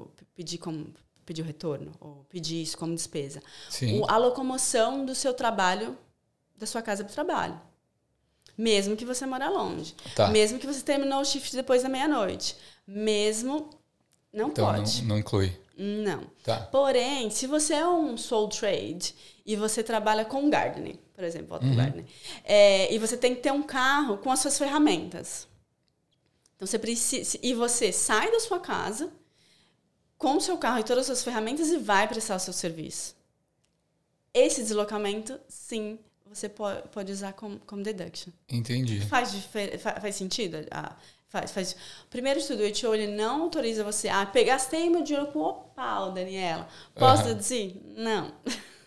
retorno, ou pedir isso como despesa. Sim. A locomoção do seu trabalho, da sua casa para o trabalho. Mesmo que você mora longe. Tá. Mesmo que você terminou o shift depois da meia-noite. Não então, pode. Não inclui. Não. Tá. Porém, se você é um sole trade e você trabalha com gardening, por exemplo, gardening, e você tem que ter um carro com as suas ferramentas. Então, você precisa... E você sai da sua casa com o seu carro e todas as suas ferramentas e vai prestar o seu serviço. Esse deslocamento, sim, você pode usar como deduction. Entendi. Faz sentido? Faz. Primeiro estudo, o HO, ele não autoriza você gastei meu dinheiro com o Opal, Daniela. Posso deduzir? Não.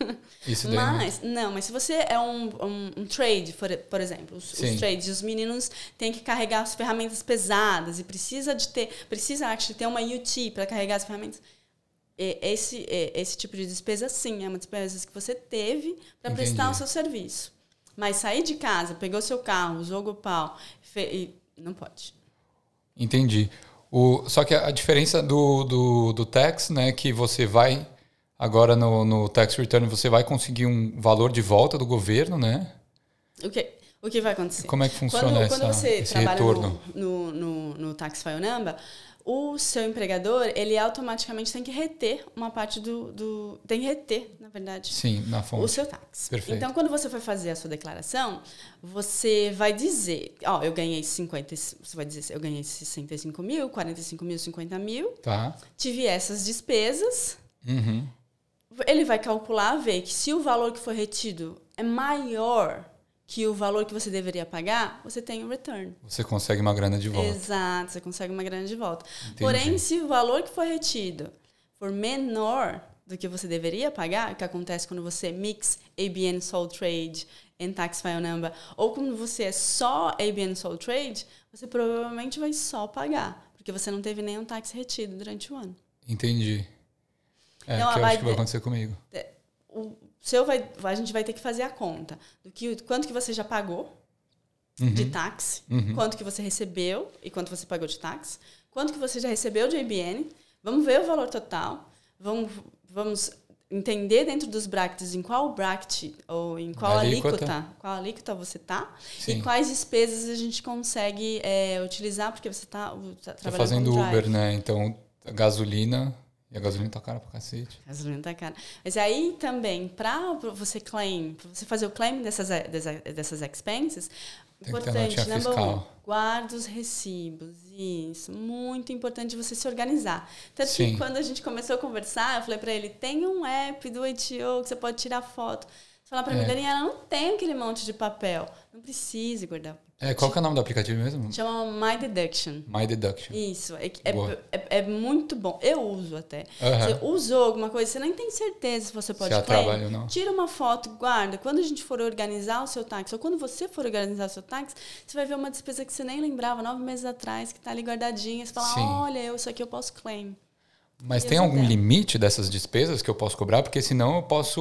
Isso daí mas se você é um trade, por exemplo, os trades, os meninos têm que carregar as ferramentas pesadas e precisa ter uma UT para carregar as ferramentas. Esse tipo de despesa, sim, é uma despesa que você teve para prestar o seu serviço. Mas sair de casa, pegou seu carro, usou o GoPal, não pode. Entendi. Só que a diferença do tax, né, que você vai, agora no tax return, você vai conseguir um valor de volta do governo, né? O que vai acontecer? Como é que funciona quando você esse trabalha retorno? No Tax File Number, o seu empregador, ele automaticamente tem que reter uma parte tem que reter, na verdade, sim, na fonte, o seu tax. Perfeito. Então, quando você for fazer a sua declaração, você vai dizer, eu ganhei 50, você vai dizer, eu ganhei 65 mil, 45 mil, 50 mil, tá. Tive essas despesas, Uhum. Ele vai calcular, ver que se o valor que foi retido é maior que o valor que você deveria pagar, você tem um return. Você consegue uma grana de volta. Exato, você consegue uma grana de volta. Entendi. Porém, se o valor que foi retido for menor do que você deveria pagar, o que acontece quando você mix ABN Sole Trade em Tax File Number, ou quando você é só ABN Sole Trade, você provavelmente vai só pagar, porque você não teve nenhum tax retido durante o ano. Entendi. Então, que eu acho que vai acontecer comigo. A gente vai ter que fazer a conta quanto que você já pagou de táxi, quanto que você recebeu e quanto você pagou de táxi, quanto que você já recebeu de ABN. Vamos ver o valor total, vamos entender dentro dos brackets em qual bracket ou em qual alíquota você está e quais despesas a gente consegue utilizar, porque você está trabalhando fazendo como Uber, né? Então, a gasolina... E a gasolina tá cara pra cacete. A gasolina tá cara. Mas aí também, para você fazer o claim dessas expenses, importante, number one, guarda os recibos. Isso, muito importante você se organizar. Tanto que quando a gente começou a conversar, eu falei para ele, tem um app do HO que você pode tirar foto. Você fala para mim, Daniela, não tem aquele monte de papel. Não precisa guardar. Qual que é o nome do aplicativo mesmo? Chama My Deduction. My Deduction. Isso. É muito bom. Eu uso até. Você usou alguma coisa, você nem tem certeza se você pode claim. Não. Tira uma foto, guarda. Quando a gente for organizar o seu táxi, ou quando você for organizar o seu táxi, você vai ver uma despesa que você nem lembrava 9 meses atrás, que está ali guardadinha. Você fala, olha, isso aqui eu posso claim. Mas tem algum limite dessas despesas que eu posso cobrar? Porque senão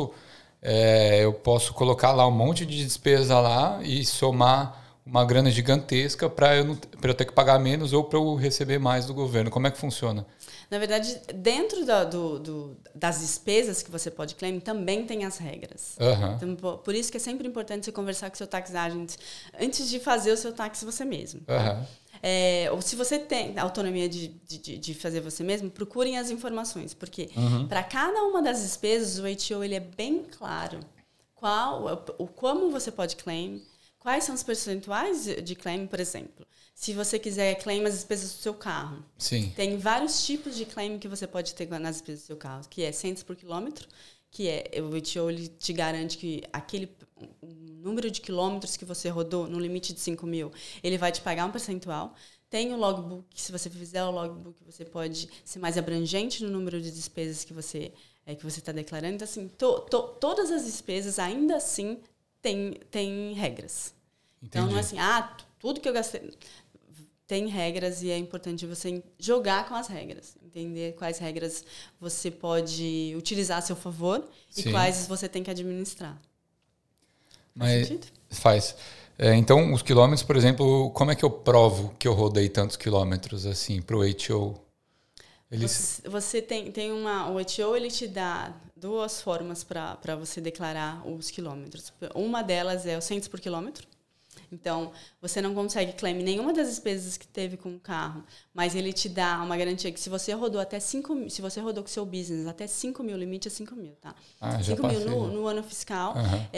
eu posso colocar lá um monte de despesa lá e somar uma grana gigantesca para eu ter que pagar menos ou para eu receber mais do governo. Como é que funciona? Na verdade, dentro das despesas que você pode claim, também tem as regras. Então, por isso que é sempre importante você conversar com o seu tax agent antes de fazer o seu tax você mesmo. Ou se você tem autonomia de fazer você mesmo, procurem as informações. Porque para cada uma das despesas, o HO ele é bem claro como você pode claim, quais são os percentuais de claim, por exemplo. Se você quiser claim as despesas do seu carro. Sim. Tem vários tipos de claim que você pode ter nas despesas do seu carro, que é cents por quilômetro, que o HO ele te garante que aquele número de quilômetros que você rodou no limite de 5 mil, ele vai te pagar um percentual. Tem o logbook, se você fizer o logbook, você pode ser mais abrangente no número de despesas que você está declarando. Então, assim, todas as despesas, ainda assim, tem regras. Entendi. Então, não é assim, tudo que eu gastei... Tem regras e é importante você jogar com as regras. Entender quais regras você pode utilizar a seu favor e quais você tem que administrar. Faz sentido? Faz. Então, os quilômetros, por exemplo, como é que eu provo que eu rodei tantos quilômetros assim para o HO? Você tem o HO ele te dá 2 formas para você declarar os quilômetros. Uma delas é o cents por quilômetro. Então, você não consegue claim nenhuma das despesas que teve com o carro, mas ele te dá uma garantia que se você rodou até 5 mil, se você rodou com o seu business até 5 mil, limite é 5 mil, tá? 5 mil no ano fiscal,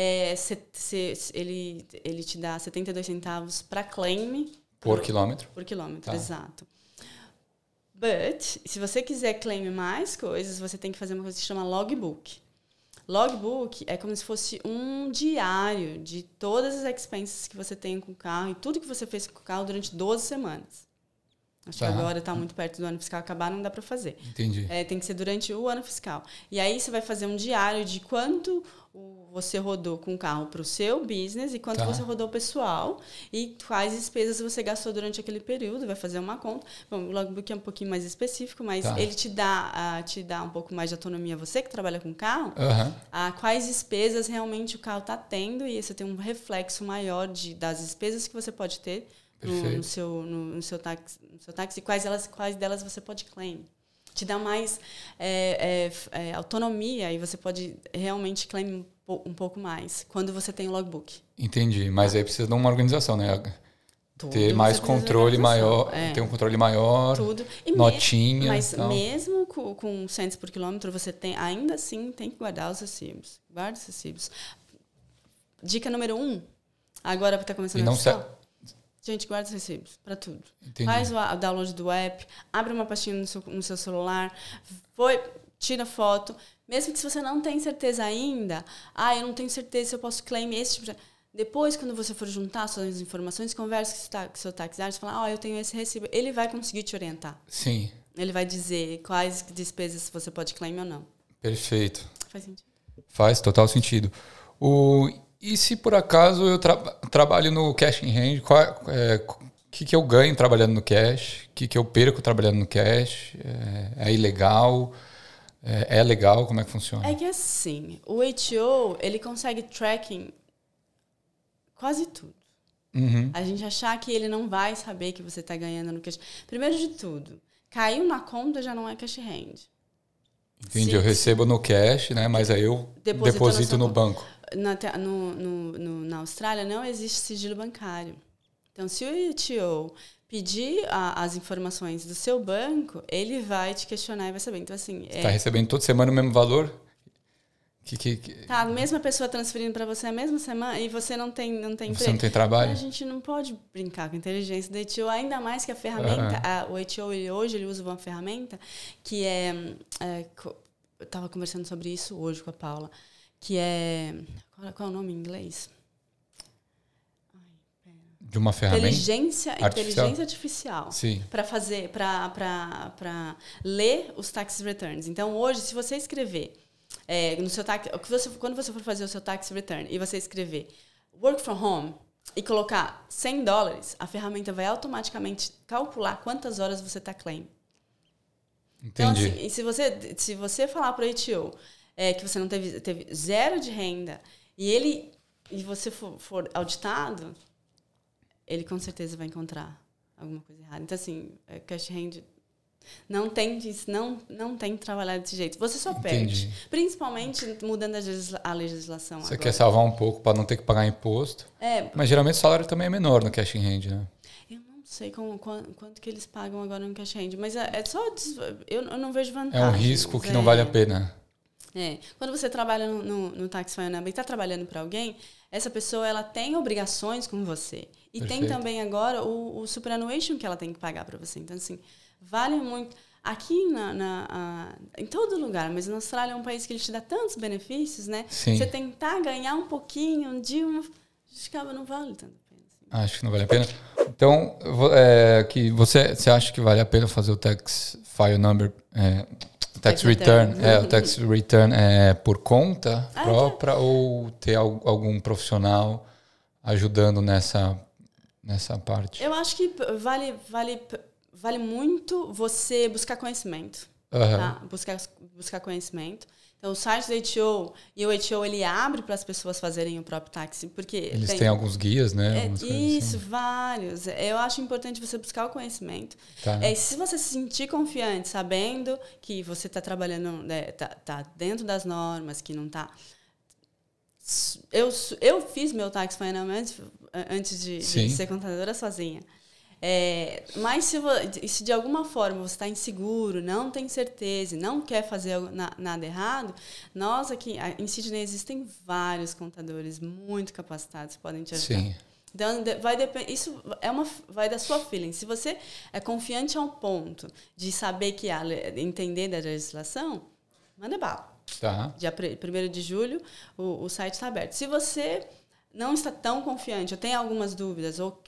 ele te dá 72 centavos para claim. Por quilômetro? Por quilômetro, exato. But, se você quiser claim mais coisas, você tem que fazer uma coisa que se chama logbook. Logbook é como se fosse um diário de todas as expenses que você tem com o carro e tudo que você fez com o carro durante 12 semanas. Acho que agora está muito perto do ano fiscal acabar, não dá para fazer. Entendi. Tem que ser durante o ano fiscal. E aí você vai fazer um diário de quanto você rodou com o carro para o seu business e quanto você rodou pessoal e quais despesas você gastou durante aquele período. Vai fazer uma conta. Bom, o logbook é um pouquinho mais específico, mas ele te dá um pouco mais de autonomia. Você que trabalha com carro, quais despesas realmente o carro está tendo e você tem um reflexo maior das despesas que você pode ter no seu táxi, quais delas você pode claim. Te dá mais autonomia e você pode realmente claim um pouco mais quando você tem o logbook. Entendi, mas aí precisa de uma organização, né? Ter mais controle maior, ter um controle maior, tudo. Notinha. Mas mesmo com cents por quilômetro, você ainda assim tem que guardar os recibos. Guarda os recibos. Dica número 1, agora está começando a gente, guarda os recibos para tudo. Entendi. Faz o download do app, abre uma pastinha no seu celular, tira foto. Mesmo que se você não tem certeza ainda, eu não tenho certeza se eu posso claim esse tipo de... Depois, quando você for juntar suas informações, converse com o seu taxiário e fala, eu tenho esse recibo. Ele vai conseguir te orientar. Sim. Ele vai dizer quais despesas você pode claim ou não. Perfeito. Faz sentido? Faz total sentido. E se por acaso eu trabalho no cash in hand, o que eu ganho trabalhando no cash? O que eu perco trabalhando no cash? É ilegal? É legal? Como é que funciona? É que assim, o HO, ele consegue tracking quase tudo. Uhum. A gente achar que ele não vai saber que você está ganhando no cash. Primeiro de tudo, caiu na conta já não é cash hand. Entendi, eu recebo no cash, né? Mas aí eu deposito no banco. Na Austrália não existe sigilo bancário. Então, se o HO pedir as informações do seu banco, ele vai te questionar e vai saber. Então, assim... Está recebendo toda semana o mesmo valor? Tá, a mesma pessoa transferindo para você a mesma semana e você não tem emprego. Você não tem trabalho? A gente não pode brincar com a inteligência do HO, ainda mais que a ferramenta... o HO, hoje, ele usa uma ferramenta que eu estava conversando sobre isso hoje com a Paula, que é... Qual é o nome em inglês? De uma ferramenta? Inteligência artificial. Para ler os tax returns. Então, hoje, se você escrever no seu tax, quando você for fazer o seu tax return e você escrever work from home e colocar $100, a ferramenta vai automaticamente calcular quantas horas você está claim. Entendi. Então, assim, se você falar para o HO que você não teve zero de renda e você for auditado, ele com certeza vai encontrar alguma coisa errada. Então, assim, cash hand não tem que trabalhar desse jeito. Você só perde. Principalmente mudando a legislação Você agora. quer salvar um pouco para não ter que pagar imposto. Mas geralmente o salário também é menor no cash hand, né? Eu não sei quanto que eles pagam agora no cash hand, mas eu não vejo vantagem. É um risco que não vale a pena. Quando você trabalha no Taxify Number e está trabalhando para alguém, essa pessoa ela tem obrigações com você. E Perfeito. tem também agora o superannuation que ela tem que pagar para você. Então, assim, vale muito. Aqui em todo lugar, mas na Austrália é um país que ele te dá tantos benefícios, né? Sim. Você tentar ganhar um pouquinho não vale tanto a pena. Assim. Acho que não vale a pena. Então, que você acha que vale a pena fazer o Taxify Number... Tax return. O tax return por conta própria ou ter algum profissional ajudando nessa parte? Eu acho que vale muito você buscar conhecimento. Uhum. Tá? Buscar conhecimento. Então, o site do HO e o HO ele abre para as pessoas fazerem o próprio táxi, porque eles têm alguns guias, né? Isso, assim. Vários. Eu acho importante você buscar o conhecimento. Tá. Se você se sentir confiante, sabendo que você está trabalhando, tá dentro das normas, que não está... Eu fiz meu tax finance antes de ser contadora sozinha. Mas se de alguma forma você está inseguro, não tem certeza, não quer fazer nada errado, nós aqui em Sydney existem vários contadores muito capacitados que podem te ajudar. Sim. Então, isso vai da sua feeling. Se você é confiante ao ponto de saber entender da legislação, manda bala. Tá. Dia 1º de julho, o site está aberto. Se você não está tão confiante ou tem algumas dúvidas ou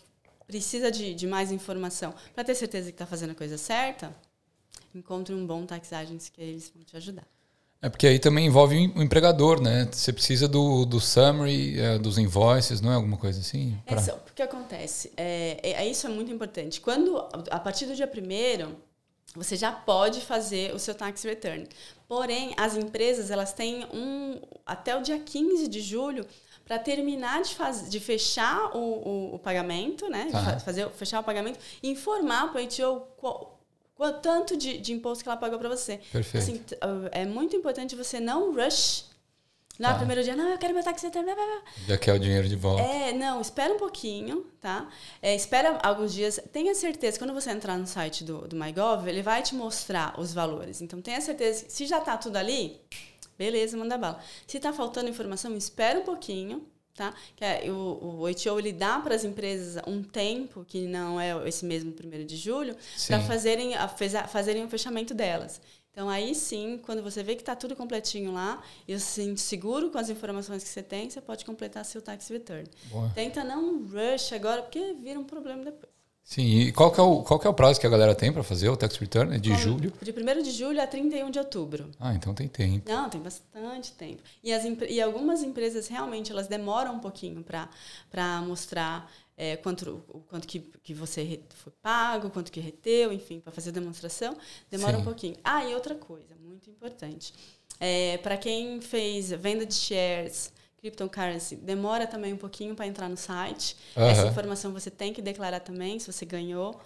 precisa de mais informação para ter certeza que está fazendo a coisa certa, encontre um bom tax agent que eles vão te ajudar. Porque aí também envolve o empregador, né? Você precisa do summary, dos invoices, não é alguma coisa assim? O que acontece? Isso é muito importante. Quando, a partir do dia 1º, você já pode fazer o seu tax return. Porém, as empresas elas têm até o dia 15 de julho para terminar de fechar o pagamento, né? Fechar o pagamento e informar para o ATO quanto tanto de imposto que ela pagou para você. Perfeito. Assim, é muito importante você não rush lá no primeiro dia. Não, eu quero meu tax return. Já quer o dinheiro de volta. Não, espera um pouquinho, tá? Espera alguns dias. Tenha certeza, quando você entrar no site do MyGov, ele vai te mostrar os valores. Então, tenha certeza que se já tá tudo ali, beleza, manda bala. Se tá faltando informação, espera um pouquinho. Tá? Que o ATO ele dá para as empresas um tempo, que não é esse mesmo 1º de julho, para fazerem o fechamento delas. Então, aí sim, quando você vê que está tudo completinho lá, e você se sente seguro com as informações que você tem, você pode completar seu tax return. Boa. Tenta não rush agora, porque vira um problema depois. Sim, e qual que é o prazo que a galera tem para fazer o tax return? É de julho? De 1º de julho a 31 de outubro. Então tem tempo. Não, tem bastante tempo. E algumas empresas realmente elas demoram um pouquinho para mostrar quanto que você foi pago, quanto que reteu, enfim, para fazer a demonstração, demora um pouquinho. E outra coisa, muito importante. Para quem fez venda de shares, cryptocurrency, demora também um pouquinho para entrar no site. Essa informação você tem que declarar também, se você ganhou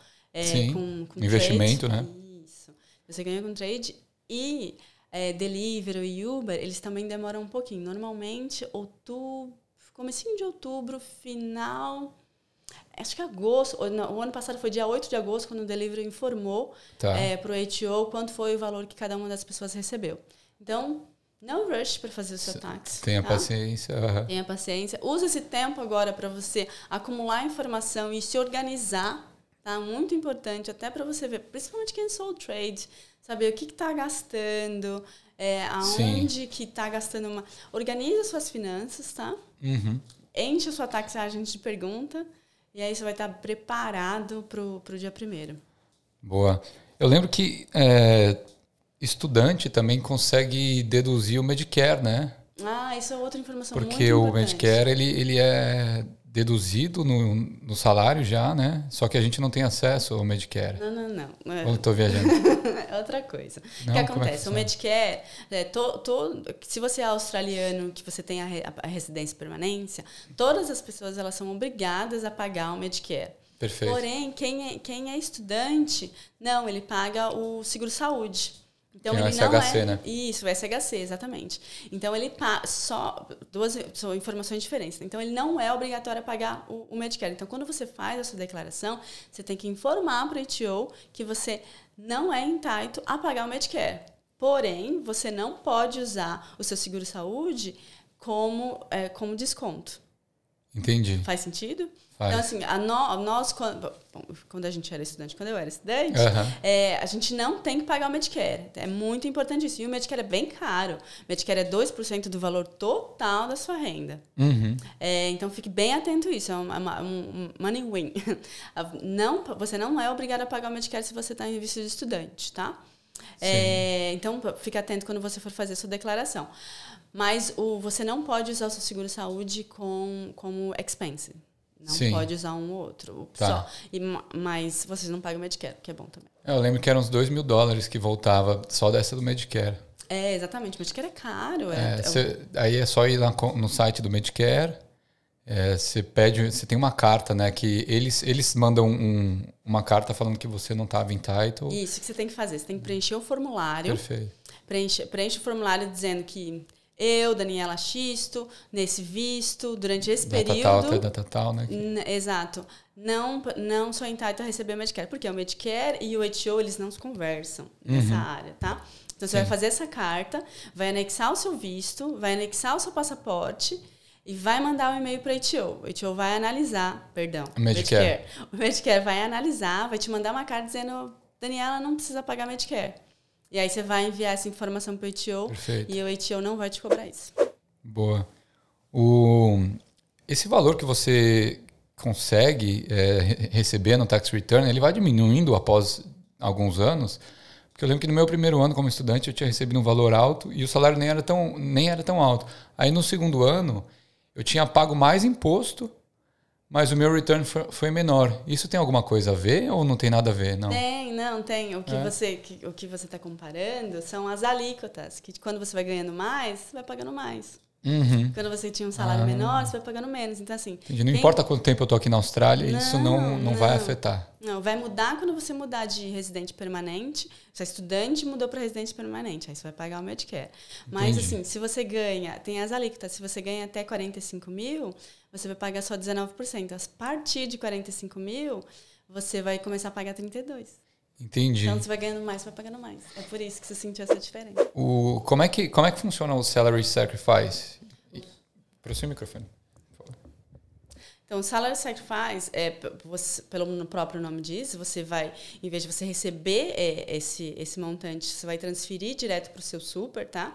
com investimento, trade. Né? Isso. Você ganhou com trade e Deliveroo e Uber, eles também demoram um pouquinho. Normalmente, comecinho de outubro, final... Acho que agosto, o ano passado foi dia 8 de agosto, quando o Deliveroo informou para o ATO quanto foi o valor que cada uma das pessoas recebeu. Então... Não rush para fazer o seu tax. Tenha paciência. Tenha paciência. Use esse tempo agora para você acumular informação e se organizar. Tá? Muito importante, até para você ver, principalmente quem sou trade, saber o que está gastando, aonde que está gastando. Organize as suas finanças, tá? Uhum. Enche a sua tax agent de pergunta e aí você vai estar preparado para o dia 1º. Boa. Eu lembro que... estudante também consegue deduzir o Medicare, né? Isso é outra informação muito importante. Porque o Medicare, ele é deduzido no salário já, né? Só que a gente não tem acesso ao Medicare. Não. Ou estou viajando? É outra coisa. O que acontece? O Medicare, se você é australiano, que você tem a residência e permanência, todas as pessoas elas são obrigadas a pagar o Medicare. Perfeito. Porém, quem é estudante, não, ele paga o seguro-saúde. Então, ele não SHC, né? Isso, o SHC, exatamente. Então, ele são informações diferentes. Então, ele não é obrigatório a pagar o Medicare. Então, quando você faz a sua declaração, você tem que informar para o ATO que você não é entitled a pagar o Medicare. Porém, você não pode usar o seu seguro-saúde como desconto. Entendi. Faz sentido? Faz. Então, assim, nós, quando a gente era estudante, quando eu era estudante, a gente não tem que pagar o Medicare. É muito importante isso. E o Medicare é bem caro. O Medicare é 2% do valor total da sua renda. Uhum. Então, fique bem atento a isso. É um money win. Você não é obrigado a pagar o Medicare se você está em visto de estudante, tá? Então, fique atento quando você for fazer a sua declaração. Mas você não pode usar o seu seguro-saúde como expense. Não pode usar um ou outro. Só. Mas vocês não pagam o Medicare, que é bom também. Eu lembro que eram uns $2.000 que voltava só dessa do Medicare. Exatamente. O Medicare é caro. Aí é só ir lá no site do Medicare. Você tem uma carta, né? Que eles mandam uma carta falando que você não estava entitled. Isso que você tem que fazer. Você tem que preencher o formulário. Perfeito. Preenche o formulário dizendo que eu, Daniela Xisto, nesse visto, durante esse período... Data tal, né? Exato. Não sou entitled a receber o Medicare. Porque o Medicare e o ATO, eles não se conversam nessa área, tá? Então, você vai fazer essa carta, vai anexar o seu visto, vai anexar o seu passaporte e vai mandar um e-mail para o ATO. O ATO vai analisar, o Medicare. O Medicare vai analisar, vai te mandar uma carta dizendo, Daniela, não precisa pagar Medicare. E aí você vai enviar essa informação para o ATO. Perfeito. E o ATO não vai te cobrar isso. Boa. Esse valor que você consegue receber no tax return, ele vai diminuindo após alguns anos. Porque eu lembro que no meu primeiro ano como estudante eu tinha recebido um valor alto e o salário nem era tão alto. Aí no segundo ano eu tinha pago mais imposto, mas o meu return foi menor. Isso tem alguma coisa a ver ou não tem nada a ver? Não. Tem. O que você está comparando são as alíquotas, que quando você vai ganhando mais, você vai pagando mais. Uhum. Quando você tinha um salário menor, você vai pagando menos. Então, assim... Não importa quanto tempo eu estou aqui na Austrália, isso não vai afetar. Não, vai mudar quando você mudar de residente permanente. Se é estudante, mudou para residente permanente. Aí você vai pagar o Medicare. Mas, assim, se você ganha... Tem as alíquotas. Se você ganha até 45 mil, você vai pagar só 19%. A partir de 45 mil, você vai começar a pagar 32%. Entendi. Então, você vai ganhando mais, você vai pagando mais. É por isso que você sentiu essa diferença. Como é que funciona o salary sacrifice? Para o seu microfone. Então, o salary sacrifice, pelo próprio nome diz, você vai, em vez de você receber esse montante, você vai transferir direto para o seu super, tá?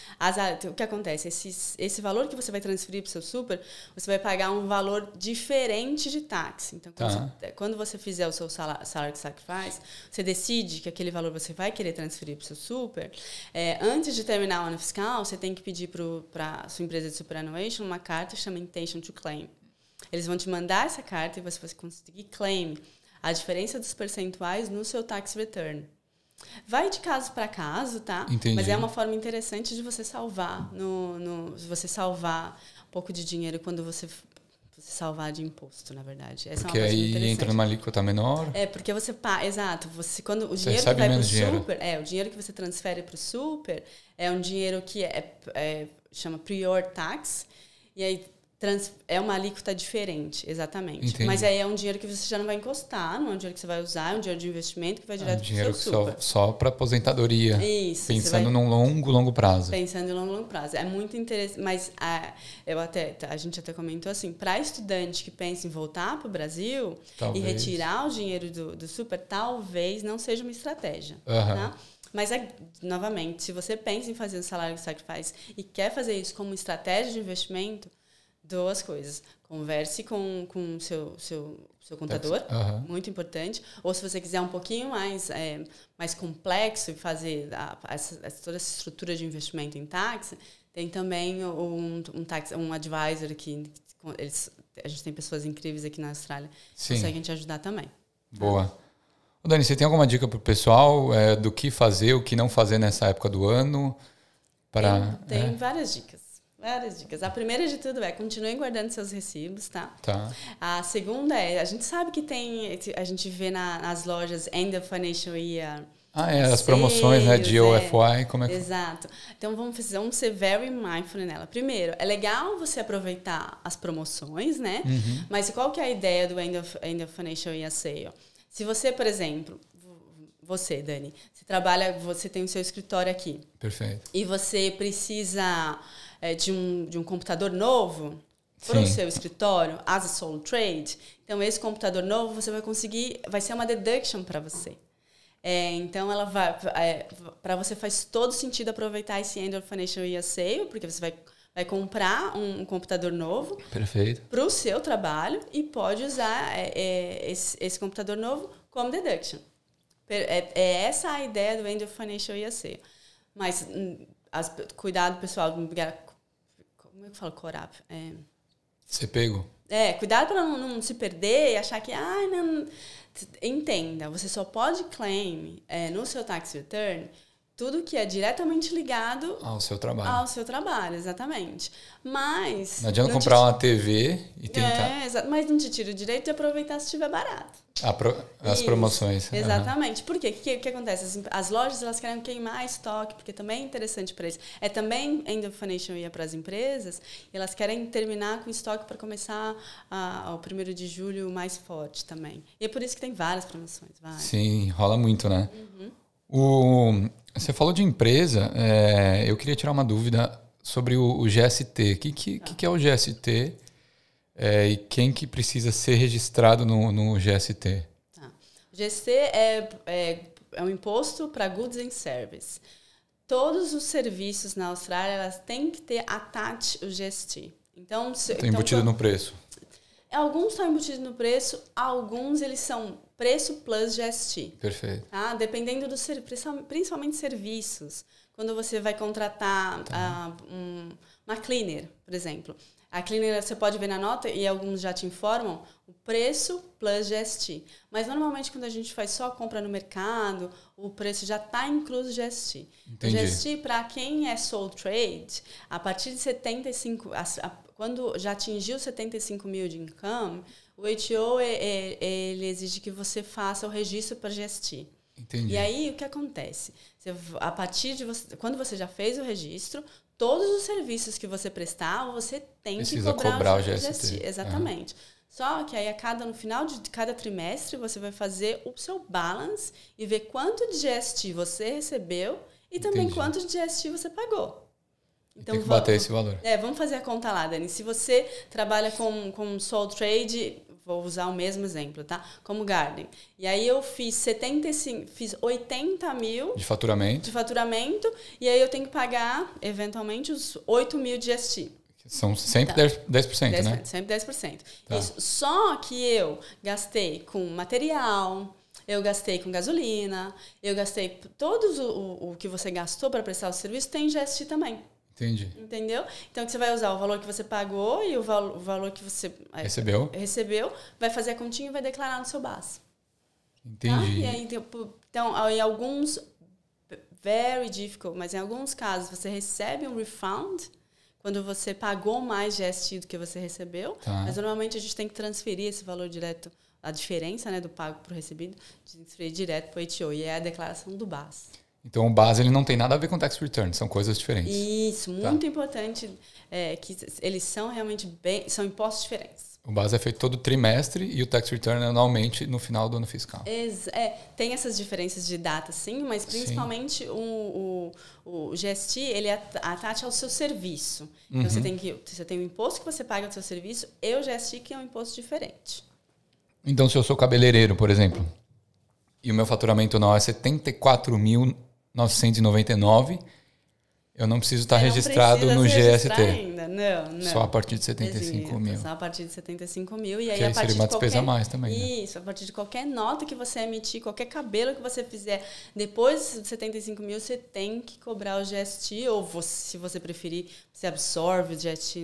O que acontece? Esse valor que você vai transferir para o seu super, você vai pagar um valor diferente de táxi. Então, quando você fizer o seu salary sacrifice, você decide que aquele valor você vai querer transferir para o seu super. Antes de terminar o ano fiscal, você tem que pedir para a sua empresa de superannuation uma carta que chama Intention to Claim. Eles vão te mandar essa carta e você vai conseguir claim a diferença dos percentuais no seu tax return. Vai de caso para caso, tá? Entendi. Mas é uma forma interessante de você salvar você salvar um pouco de dinheiro quando você salvar de imposto, na verdade. Essa porque é uma aí entra numa alíquota menor. Porque exato. Quando o dinheiro que vai para o super, o dinheiro que você transfere para o super é um dinheiro que chama prior tax, e aí é uma alíquota diferente, exatamente. Entendi. Mas aí é um dinheiro que você já não vai encostar, não é um dinheiro que você vai usar, é um dinheiro de investimento que vai direto para o seu super. Dinheiro só para aposentadoria. Isso. Pensando num longo prazo. Pensando em longo prazo. É muito interessante, mas a gente até comentou assim, para estudante que pensa em voltar para o Brasil e retirar o dinheiro do super, talvez não seja uma estratégia. Tá? Mas, novamente, se você pensa em fazer um salary sacrifice e quer fazer isso como estratégia de investimento, duas coisas. Converse com o seu contador, muito importante. Ou se você quiser um pouquinho mais complexo e fazer toda essa estrutura de investimento em taxa, tem também um advisor aqui. A gente tem pessoas incríveis aqui na Austrália que conseguem te ajudar também. Boa. Dani, você tem alguma dica para o pessoal do que fazer, o que não fazer nessa época do ano? Tem várias dicas. Várias dicas. A primeira de tudo continuem guardando seus recibos, tá? A segunda a gente sabe que a gente vê nas lojas End of Financial Year. As promoções, né, de OFY, como é que... Exato. Então, vamos ser very mindful nela. Primeiro, é legal você aproveitar as promoções, né? Mas qual que é a ideia do End of Financial Year Sale? Se você, por exemplo... Você, Dani, você tem o seu escritório aqui. Perfeito. E você precisa de um computador novo para o seu escritório, as a sole trade. Então, esse computador novo, você vai ser uma deduction para você. Então, ela para você faz todo sentido aproveitar esse End of Financial Year Sale, porque você vai comprar um computador novo para o seu trabalho e pode usar esse computador novo como deduction. Essa a ideia do End of Financial Year Sale. Mas cuidado, pessoal, como é que fala? Corap. Ser pego. Cuidado para não se perder e achar que... não. Entenda, você só pode claim no seu tax return tudo que é diretamente ligado ao seu trabalho. Ao seu trabalho, exatamente. Mas... Não adianta comprar uma TV e tentar... mas não te tira o direito de aproveitar se estiver barato. As promoções. Exatamente. Por quê? O que acontece? As lojas elas querem queimar estoque, porque também é interessante para eles. Também End of Financial Year para as empresas, e elas querem terminar com estoque para começar o 1º de julho mais forte também. E é por isso que tem várias promoções. Sim, rola muito, né? Você falou de empresa, eu queria tirar uma dúvida sobre o GST. O que é o GST e quem que precisa ser registrado no GST? O GST é um imposto para goods and service. Todos os serviços na Austrália elas têm que ter attached o GST. Então, embutido no preço. Alguns estão embutidos no preço, alguns eles são preço plus GST. Perfeito. Tá? Dependendo do principalmente serviços. Quando você vai contratar uma cleaner, por exemplo. A cleaner você pode ver na nota, e alguns já te informam, o preço plus GST. Mas normalmente quando a gente faz só compra no mercado, o preço já está incluso GST. Entendi. O GST, para quem é sole trade, a partir de 75... Quando já atingiu 75 mil de income, o HO ele exige que você faça o registro para GST. Entendi. E aí, o que acontece? A partir de quando você já fez o registro, todos os serviços que você prestar, você tem Precisa que cobrar o GST. Exatamente. Só que aí, no final de cada trimestre, você vai fazer o seu balance e ver quanto de GST você recebeu e também quanto de GST você pagou. Então, tem que bater esse valor. Vamos fazer a conta lá, Dani. Se você trabalha com sole trade, vou usar o mesmo exemplo, tá? Como garden. E aí eu fiz 80 mil... De faturamento. E aí eu tenho que pagar, eventualmente, os 8 mil de GST. São sempre 10%, né? Sempre 10%. Tá. Isso. Só que eu gastei com material... Eu gastei com gasolina, eu gastei... Todos o que você gastou para prestar o serviço tem GST também. Entendi. Entendeu? Então, que você vai usar o valor que você pagou e o valor que você recebeu, vai fazer a continha e vai declarar no seu BAS. Entendi. Tá? E aí, então, em alguns, very difficult, mas em alguns casos você recebe um refund quando você pagou mais GST do que você recebeu, mas normalmente a gente tem que transferir esse valor direto, a diferença, né, do pago para o recebido, transferir direto para o HO, e é a declaração do BAS. Então, o BAS ele não tem nada a ver com tax return, são coisas diferentes. Isso, muito importante, que eles são realmente são impostos diferentes. O BAS é feito todo trimestre e o tax return é anualmente no final do ano fiscal. Tem essas diferenças de data, sim, mas principalmente o GST, ele atacha ao seu serviço. Então, você tem o imposto que você paga do seu serviço e o GST, que é um imposto diferente. Então, se eu sou cabeleireiro, por exemplo, e o meu faturamento anual é 74.999, eu não preciso estar registrado no GST. Ainda. Não. Só a partir de 75 mil. Só a partir de 75 mil. E aí, que a partir seria uma de despesa a mais também. Né? Isso, a partir de qualquer nota que você emitir, qualquer cabelo que você fizer, depois de 75 mil, você tem que cobrar o GST, ou se você preferir, você absorve o GST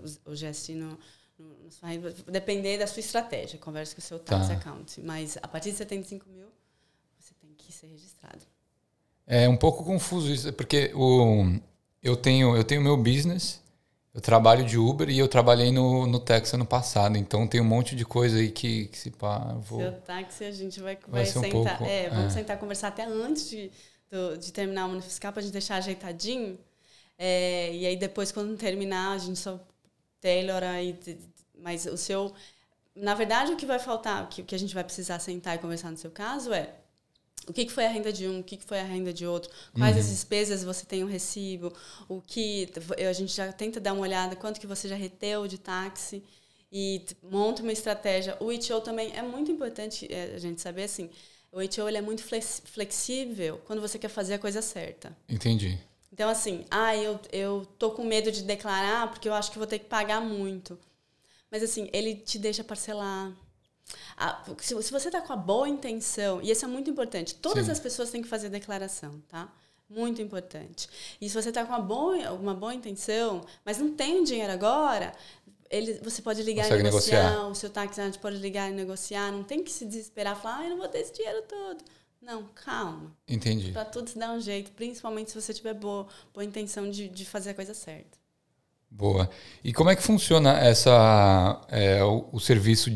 depender da sua estratégia. Converse com o seu tax account. Mas a partir de 75 mil, você tem que ser registrado. É um pouco confuso isso, porque eu tenho meu business, eu trabalho de Uber e eu trabalhei no táxi ano passado, então tem um monte de coisa aí que se pá, Seu táxi a gente vai sentar. Vamos sentar conversar até antes de terminar o ano fiscal para a gente deixar ajeitadinho. E aí depois, quando terminar, a gente só tailora aí. Mas o seu... Na verdade, o que vai faltar, o que a gente vai precisar sentar e conversar no seu caso é o que foi a renda de um, o que foi a renda de outro, quais as despesas você tem um recibo, a gente já tenta dar uma olhada, quanto que você já reteu de táxi e monta uma estratégia. O HO também é muito importante a gente saber, assim, o HO ele é muito flexível quando você quer fazer a coisa certa. Entendi. Então, assim, eu tô com medo de declarar porque eu acho que vou ter que pagar muito. Mas, assim, ele te deixa parcelar. Se você está com a boa intenção, e isso é muito importante, todas as pessoas têm que fazer declaração, tá? Muito importante. E se você está com uma boa intenção, mas não tem dinheiro agora, você pode ligar e negociar. O seu taxante pode ligar e negociar. Não tem que se desesperar e falar, eu não vou ter esse dinheiro todo. Não, calma. Entendi. Para tudo se dar um jeito, principalmente se você tiver boa intenção de fazer a coisa certa. Boa. E como é que funciona o serviço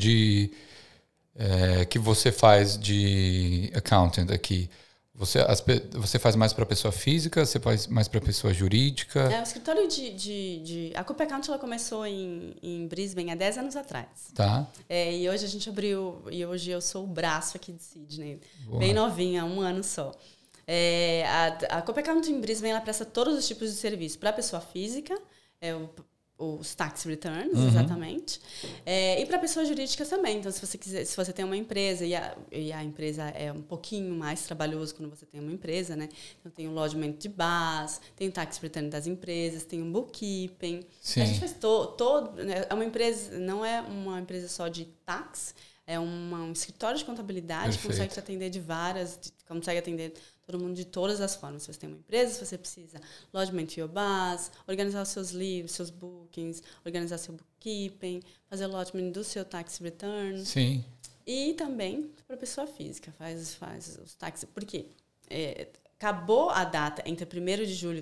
que você faz de accountant aqui? Você faz mais para pessoa física? Você faz mais para pessoa jurídica? O escritório a Coupe Account ela começou em Brisbane há 10 anos atrás. Tá. E hoje a gente abriu... E hoje eu sou o braço aqui de Sydney. Boa. Bem novinha, há 1 ano só. A Coupe Account em Brisbane ela presta todos os tipos de serviço. Para pessoa física, os tax returns, exatamente. E para pessoas jurídicas também. Então, se você tem uma empresa e a empresa é um pouquinho mais trabalhoso quando você tem uma empresa, né? Então, tem o lodgement de base, tem o tax return das empresas, tem o bookkeeping. Sim. A gente faz todo... Né? É uma empresa, não é uma empresa só de tax, é um escritório de contabilidade que consegue te atender consegue atender todo mundo de todas as formas. Se você tem uma empresa, se você precisa lodgement your base, organizar os seus livros, seus bookings, organizar seu bookkeeping, fazer o lodgement do seu tax return. Sim. E também para pessoa física, faz os taxas. Por quê? Acabou a data entre 1º de julho e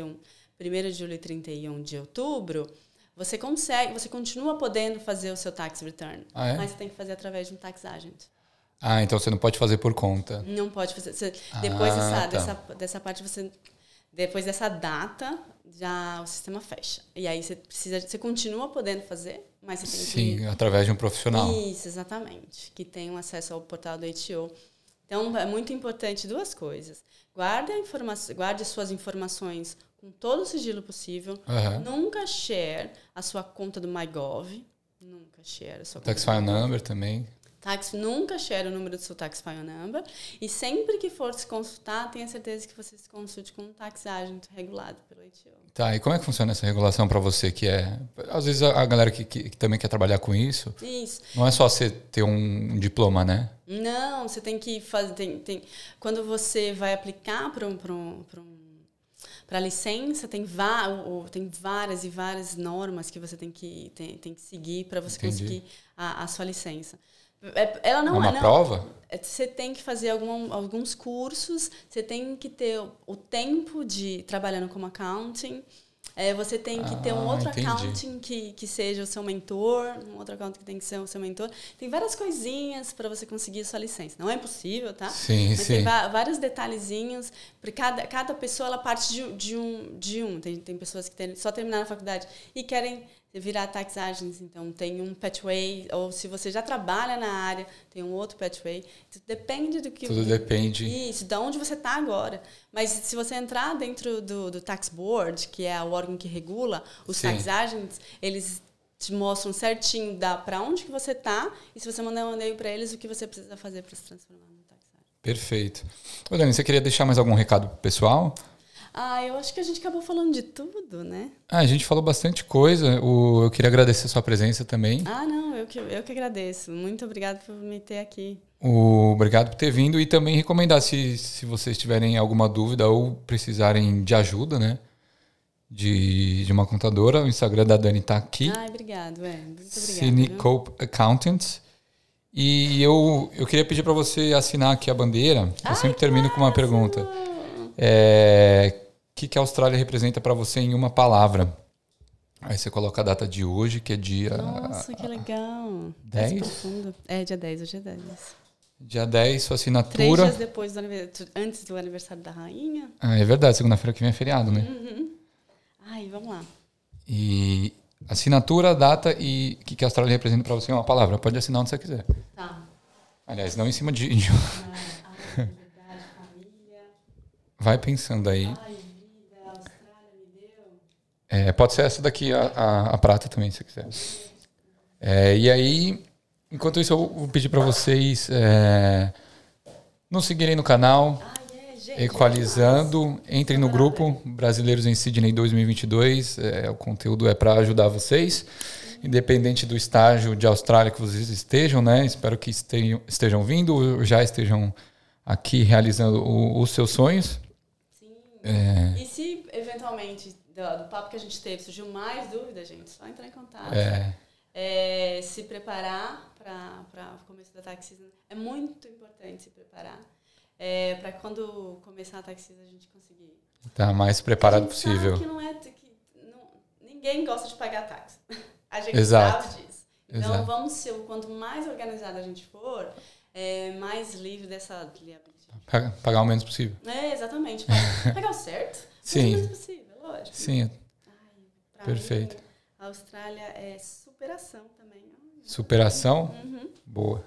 31 de outubro, você continua podendo fazer o seu tax return, mas você tem que fazer através de um tax agent. Então você não pode fazer por conta. Não pode fazer. Dessa parte, depois dessa data, já o sistema fecha. E aí você continua podendo fazer, mas você tem que... Sim, através de um profissional. Isso, exatamente. Que tem um acesso ao portal do HTO. Então, é muito importante 2 coisas. Guarde suas informações com todo o sigilo possível. Nunca share a sua conta do MyGov. Nunca share a sua conta. Tax File Number também. Nunca share o número do seu Tax File Number. E sempre que for se consultar, tenha certeza que você se consulte com um tax agent regulado pelo HTO. Tá, e como é que funciona essa regulação para você? Que às vezes a galera que também quer trabalhar com isso, não é só você ter um diploma, né? Não, você tem que fazer... Quando você vai aplicar para a licença, tem várias e várias normas que você tem que seguir para você conseguir a sua licença. Ela não é uma prova? Você tem que fazer alguns cursos, você tem que ter o tempo de trabalhando como accounting, você tem que ter um outro accounting que seja o seu mentor, um outro accounting que tem que ser o seu mentor. Tem várias coisinhas para você conseguir a sua licença. Não é impossível, tá? Sim, mas sim. Tem vários detalhezinhos. Porque cada pessoa ela parte de um. Tem pessoas que só terminaram a faculdade e querem virar tax agents, então tem um pathway, ou se você já trabalha na área, tem um outro pathway. Depende do que... Tudo depende. Isso, de onde você está agora. Mas se você entrar dentro do Tax Board, que é o órgão que regula os tax agents, eles te mostram certinho para onde que você está, e se você mandar um e-mail para eles, o que você precisa fazer para se transformar no tax agent. Perfeito. Ô, Dani, você queria deixar mais algum recado pro pessoal? Eu acho que a gente acabou falando de tudo, né? A gente falou bastante coisa. Eu queria agradecer a sua presença também. Não, eu que agradeço. Muito obrigada por me ter aqui. Obrigado por ter vindo e também recomendar, se vocês tiverem alguma dúvida ou precisarem de ajuda, né? De uma contadora, o Instagram da Dani tá aqui. Obrigado, muito obrigada. Cinecope Accountants. E eu queria pedir para você assinar aqui a bandeira. Eu sempre termino com uma pergunta. O que a Austrália representa para você em uma palavra? Aí você coloca a data de hoje, que é dia... Nossa, que legal. 10? Dia 10, hoje é 10. Dia 10, sua assinatura... 3 dias depois antes do aniversário da rainha. É verdade, segunda-feira que vem é feriado, né? Vamos lá. E assinatura, data e o que a Austrália representa para você em uma palavra. Pode assinar onde você quiser. Tá. Aliás, não em cima de... Liberdade, família. Vai pensando aí. Vida, a Austrália me deu. Pode ser essa daqui, a prata também, se você quiser. E aí, enquanto isso, eu vou pedir para vocês nos seguirem no canal, gente, Equalizando. Entrem no grupo Brasileiros em Sydney 2022. O conteúdo é para ajudar vocês, independente do estágio de Austrália que vocês estejam, né? Espero que estejam vindo ou já estejam aqui realizando os seus sonhos. E se, eventualmente, do papo que a gente teve, surgiu mais dúvida, gente, só entrar em contato. Se preparar para o começo da tax season. É muito importante se preparar para quando começar a tax season a gente conseguir. Tá mais preparado possível. Sabe que ninguém gosta de pagar taxa. A gente sabe disso. Então, vamos ser, quanto mais organizado a gente for, mais livre dessa liabilidade. Pagar o menos possível. Exatamente. Pagar o certo. Sim. O menos possível, lógico. Sim. Perfeito. Mim, a Austrália é superação também. Superação? Boa.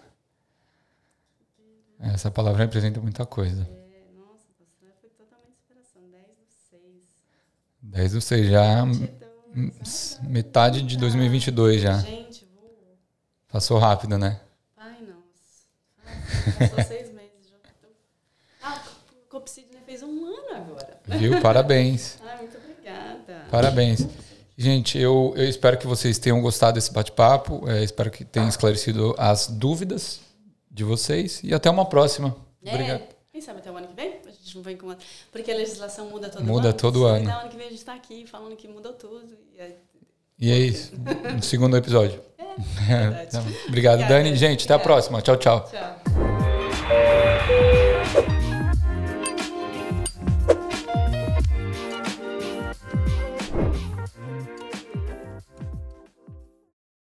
Essa palavra representa muita coisa. Nossa, a Austrália foi totalmente superação. 10/6. 10/6 já Metade de 2022 já. Gente, passou rápido, né? Ai, nossa. Passou 6 meses já. O Copcid fez 1 ano agora. Viu? Parabéns. Ai, muito obrigada. Parabéns. Gente, eu espero que vocês tenham gostado desse bate-papo. Espero que tenha esclarecido as dúvidas de vocês. E até uma próxima. Obrigado. Quem sabe até o ano que vem? A gente não vem com... Porque a legislação muda todo ano. Muda todo ano. Até o ano que vem a gente está aqui falando que mudou tudo. E é isso. No segundo episódio. Verdade. Obrigado, Dani. Gente, até a próxima. Tchau, tchau. Tchau.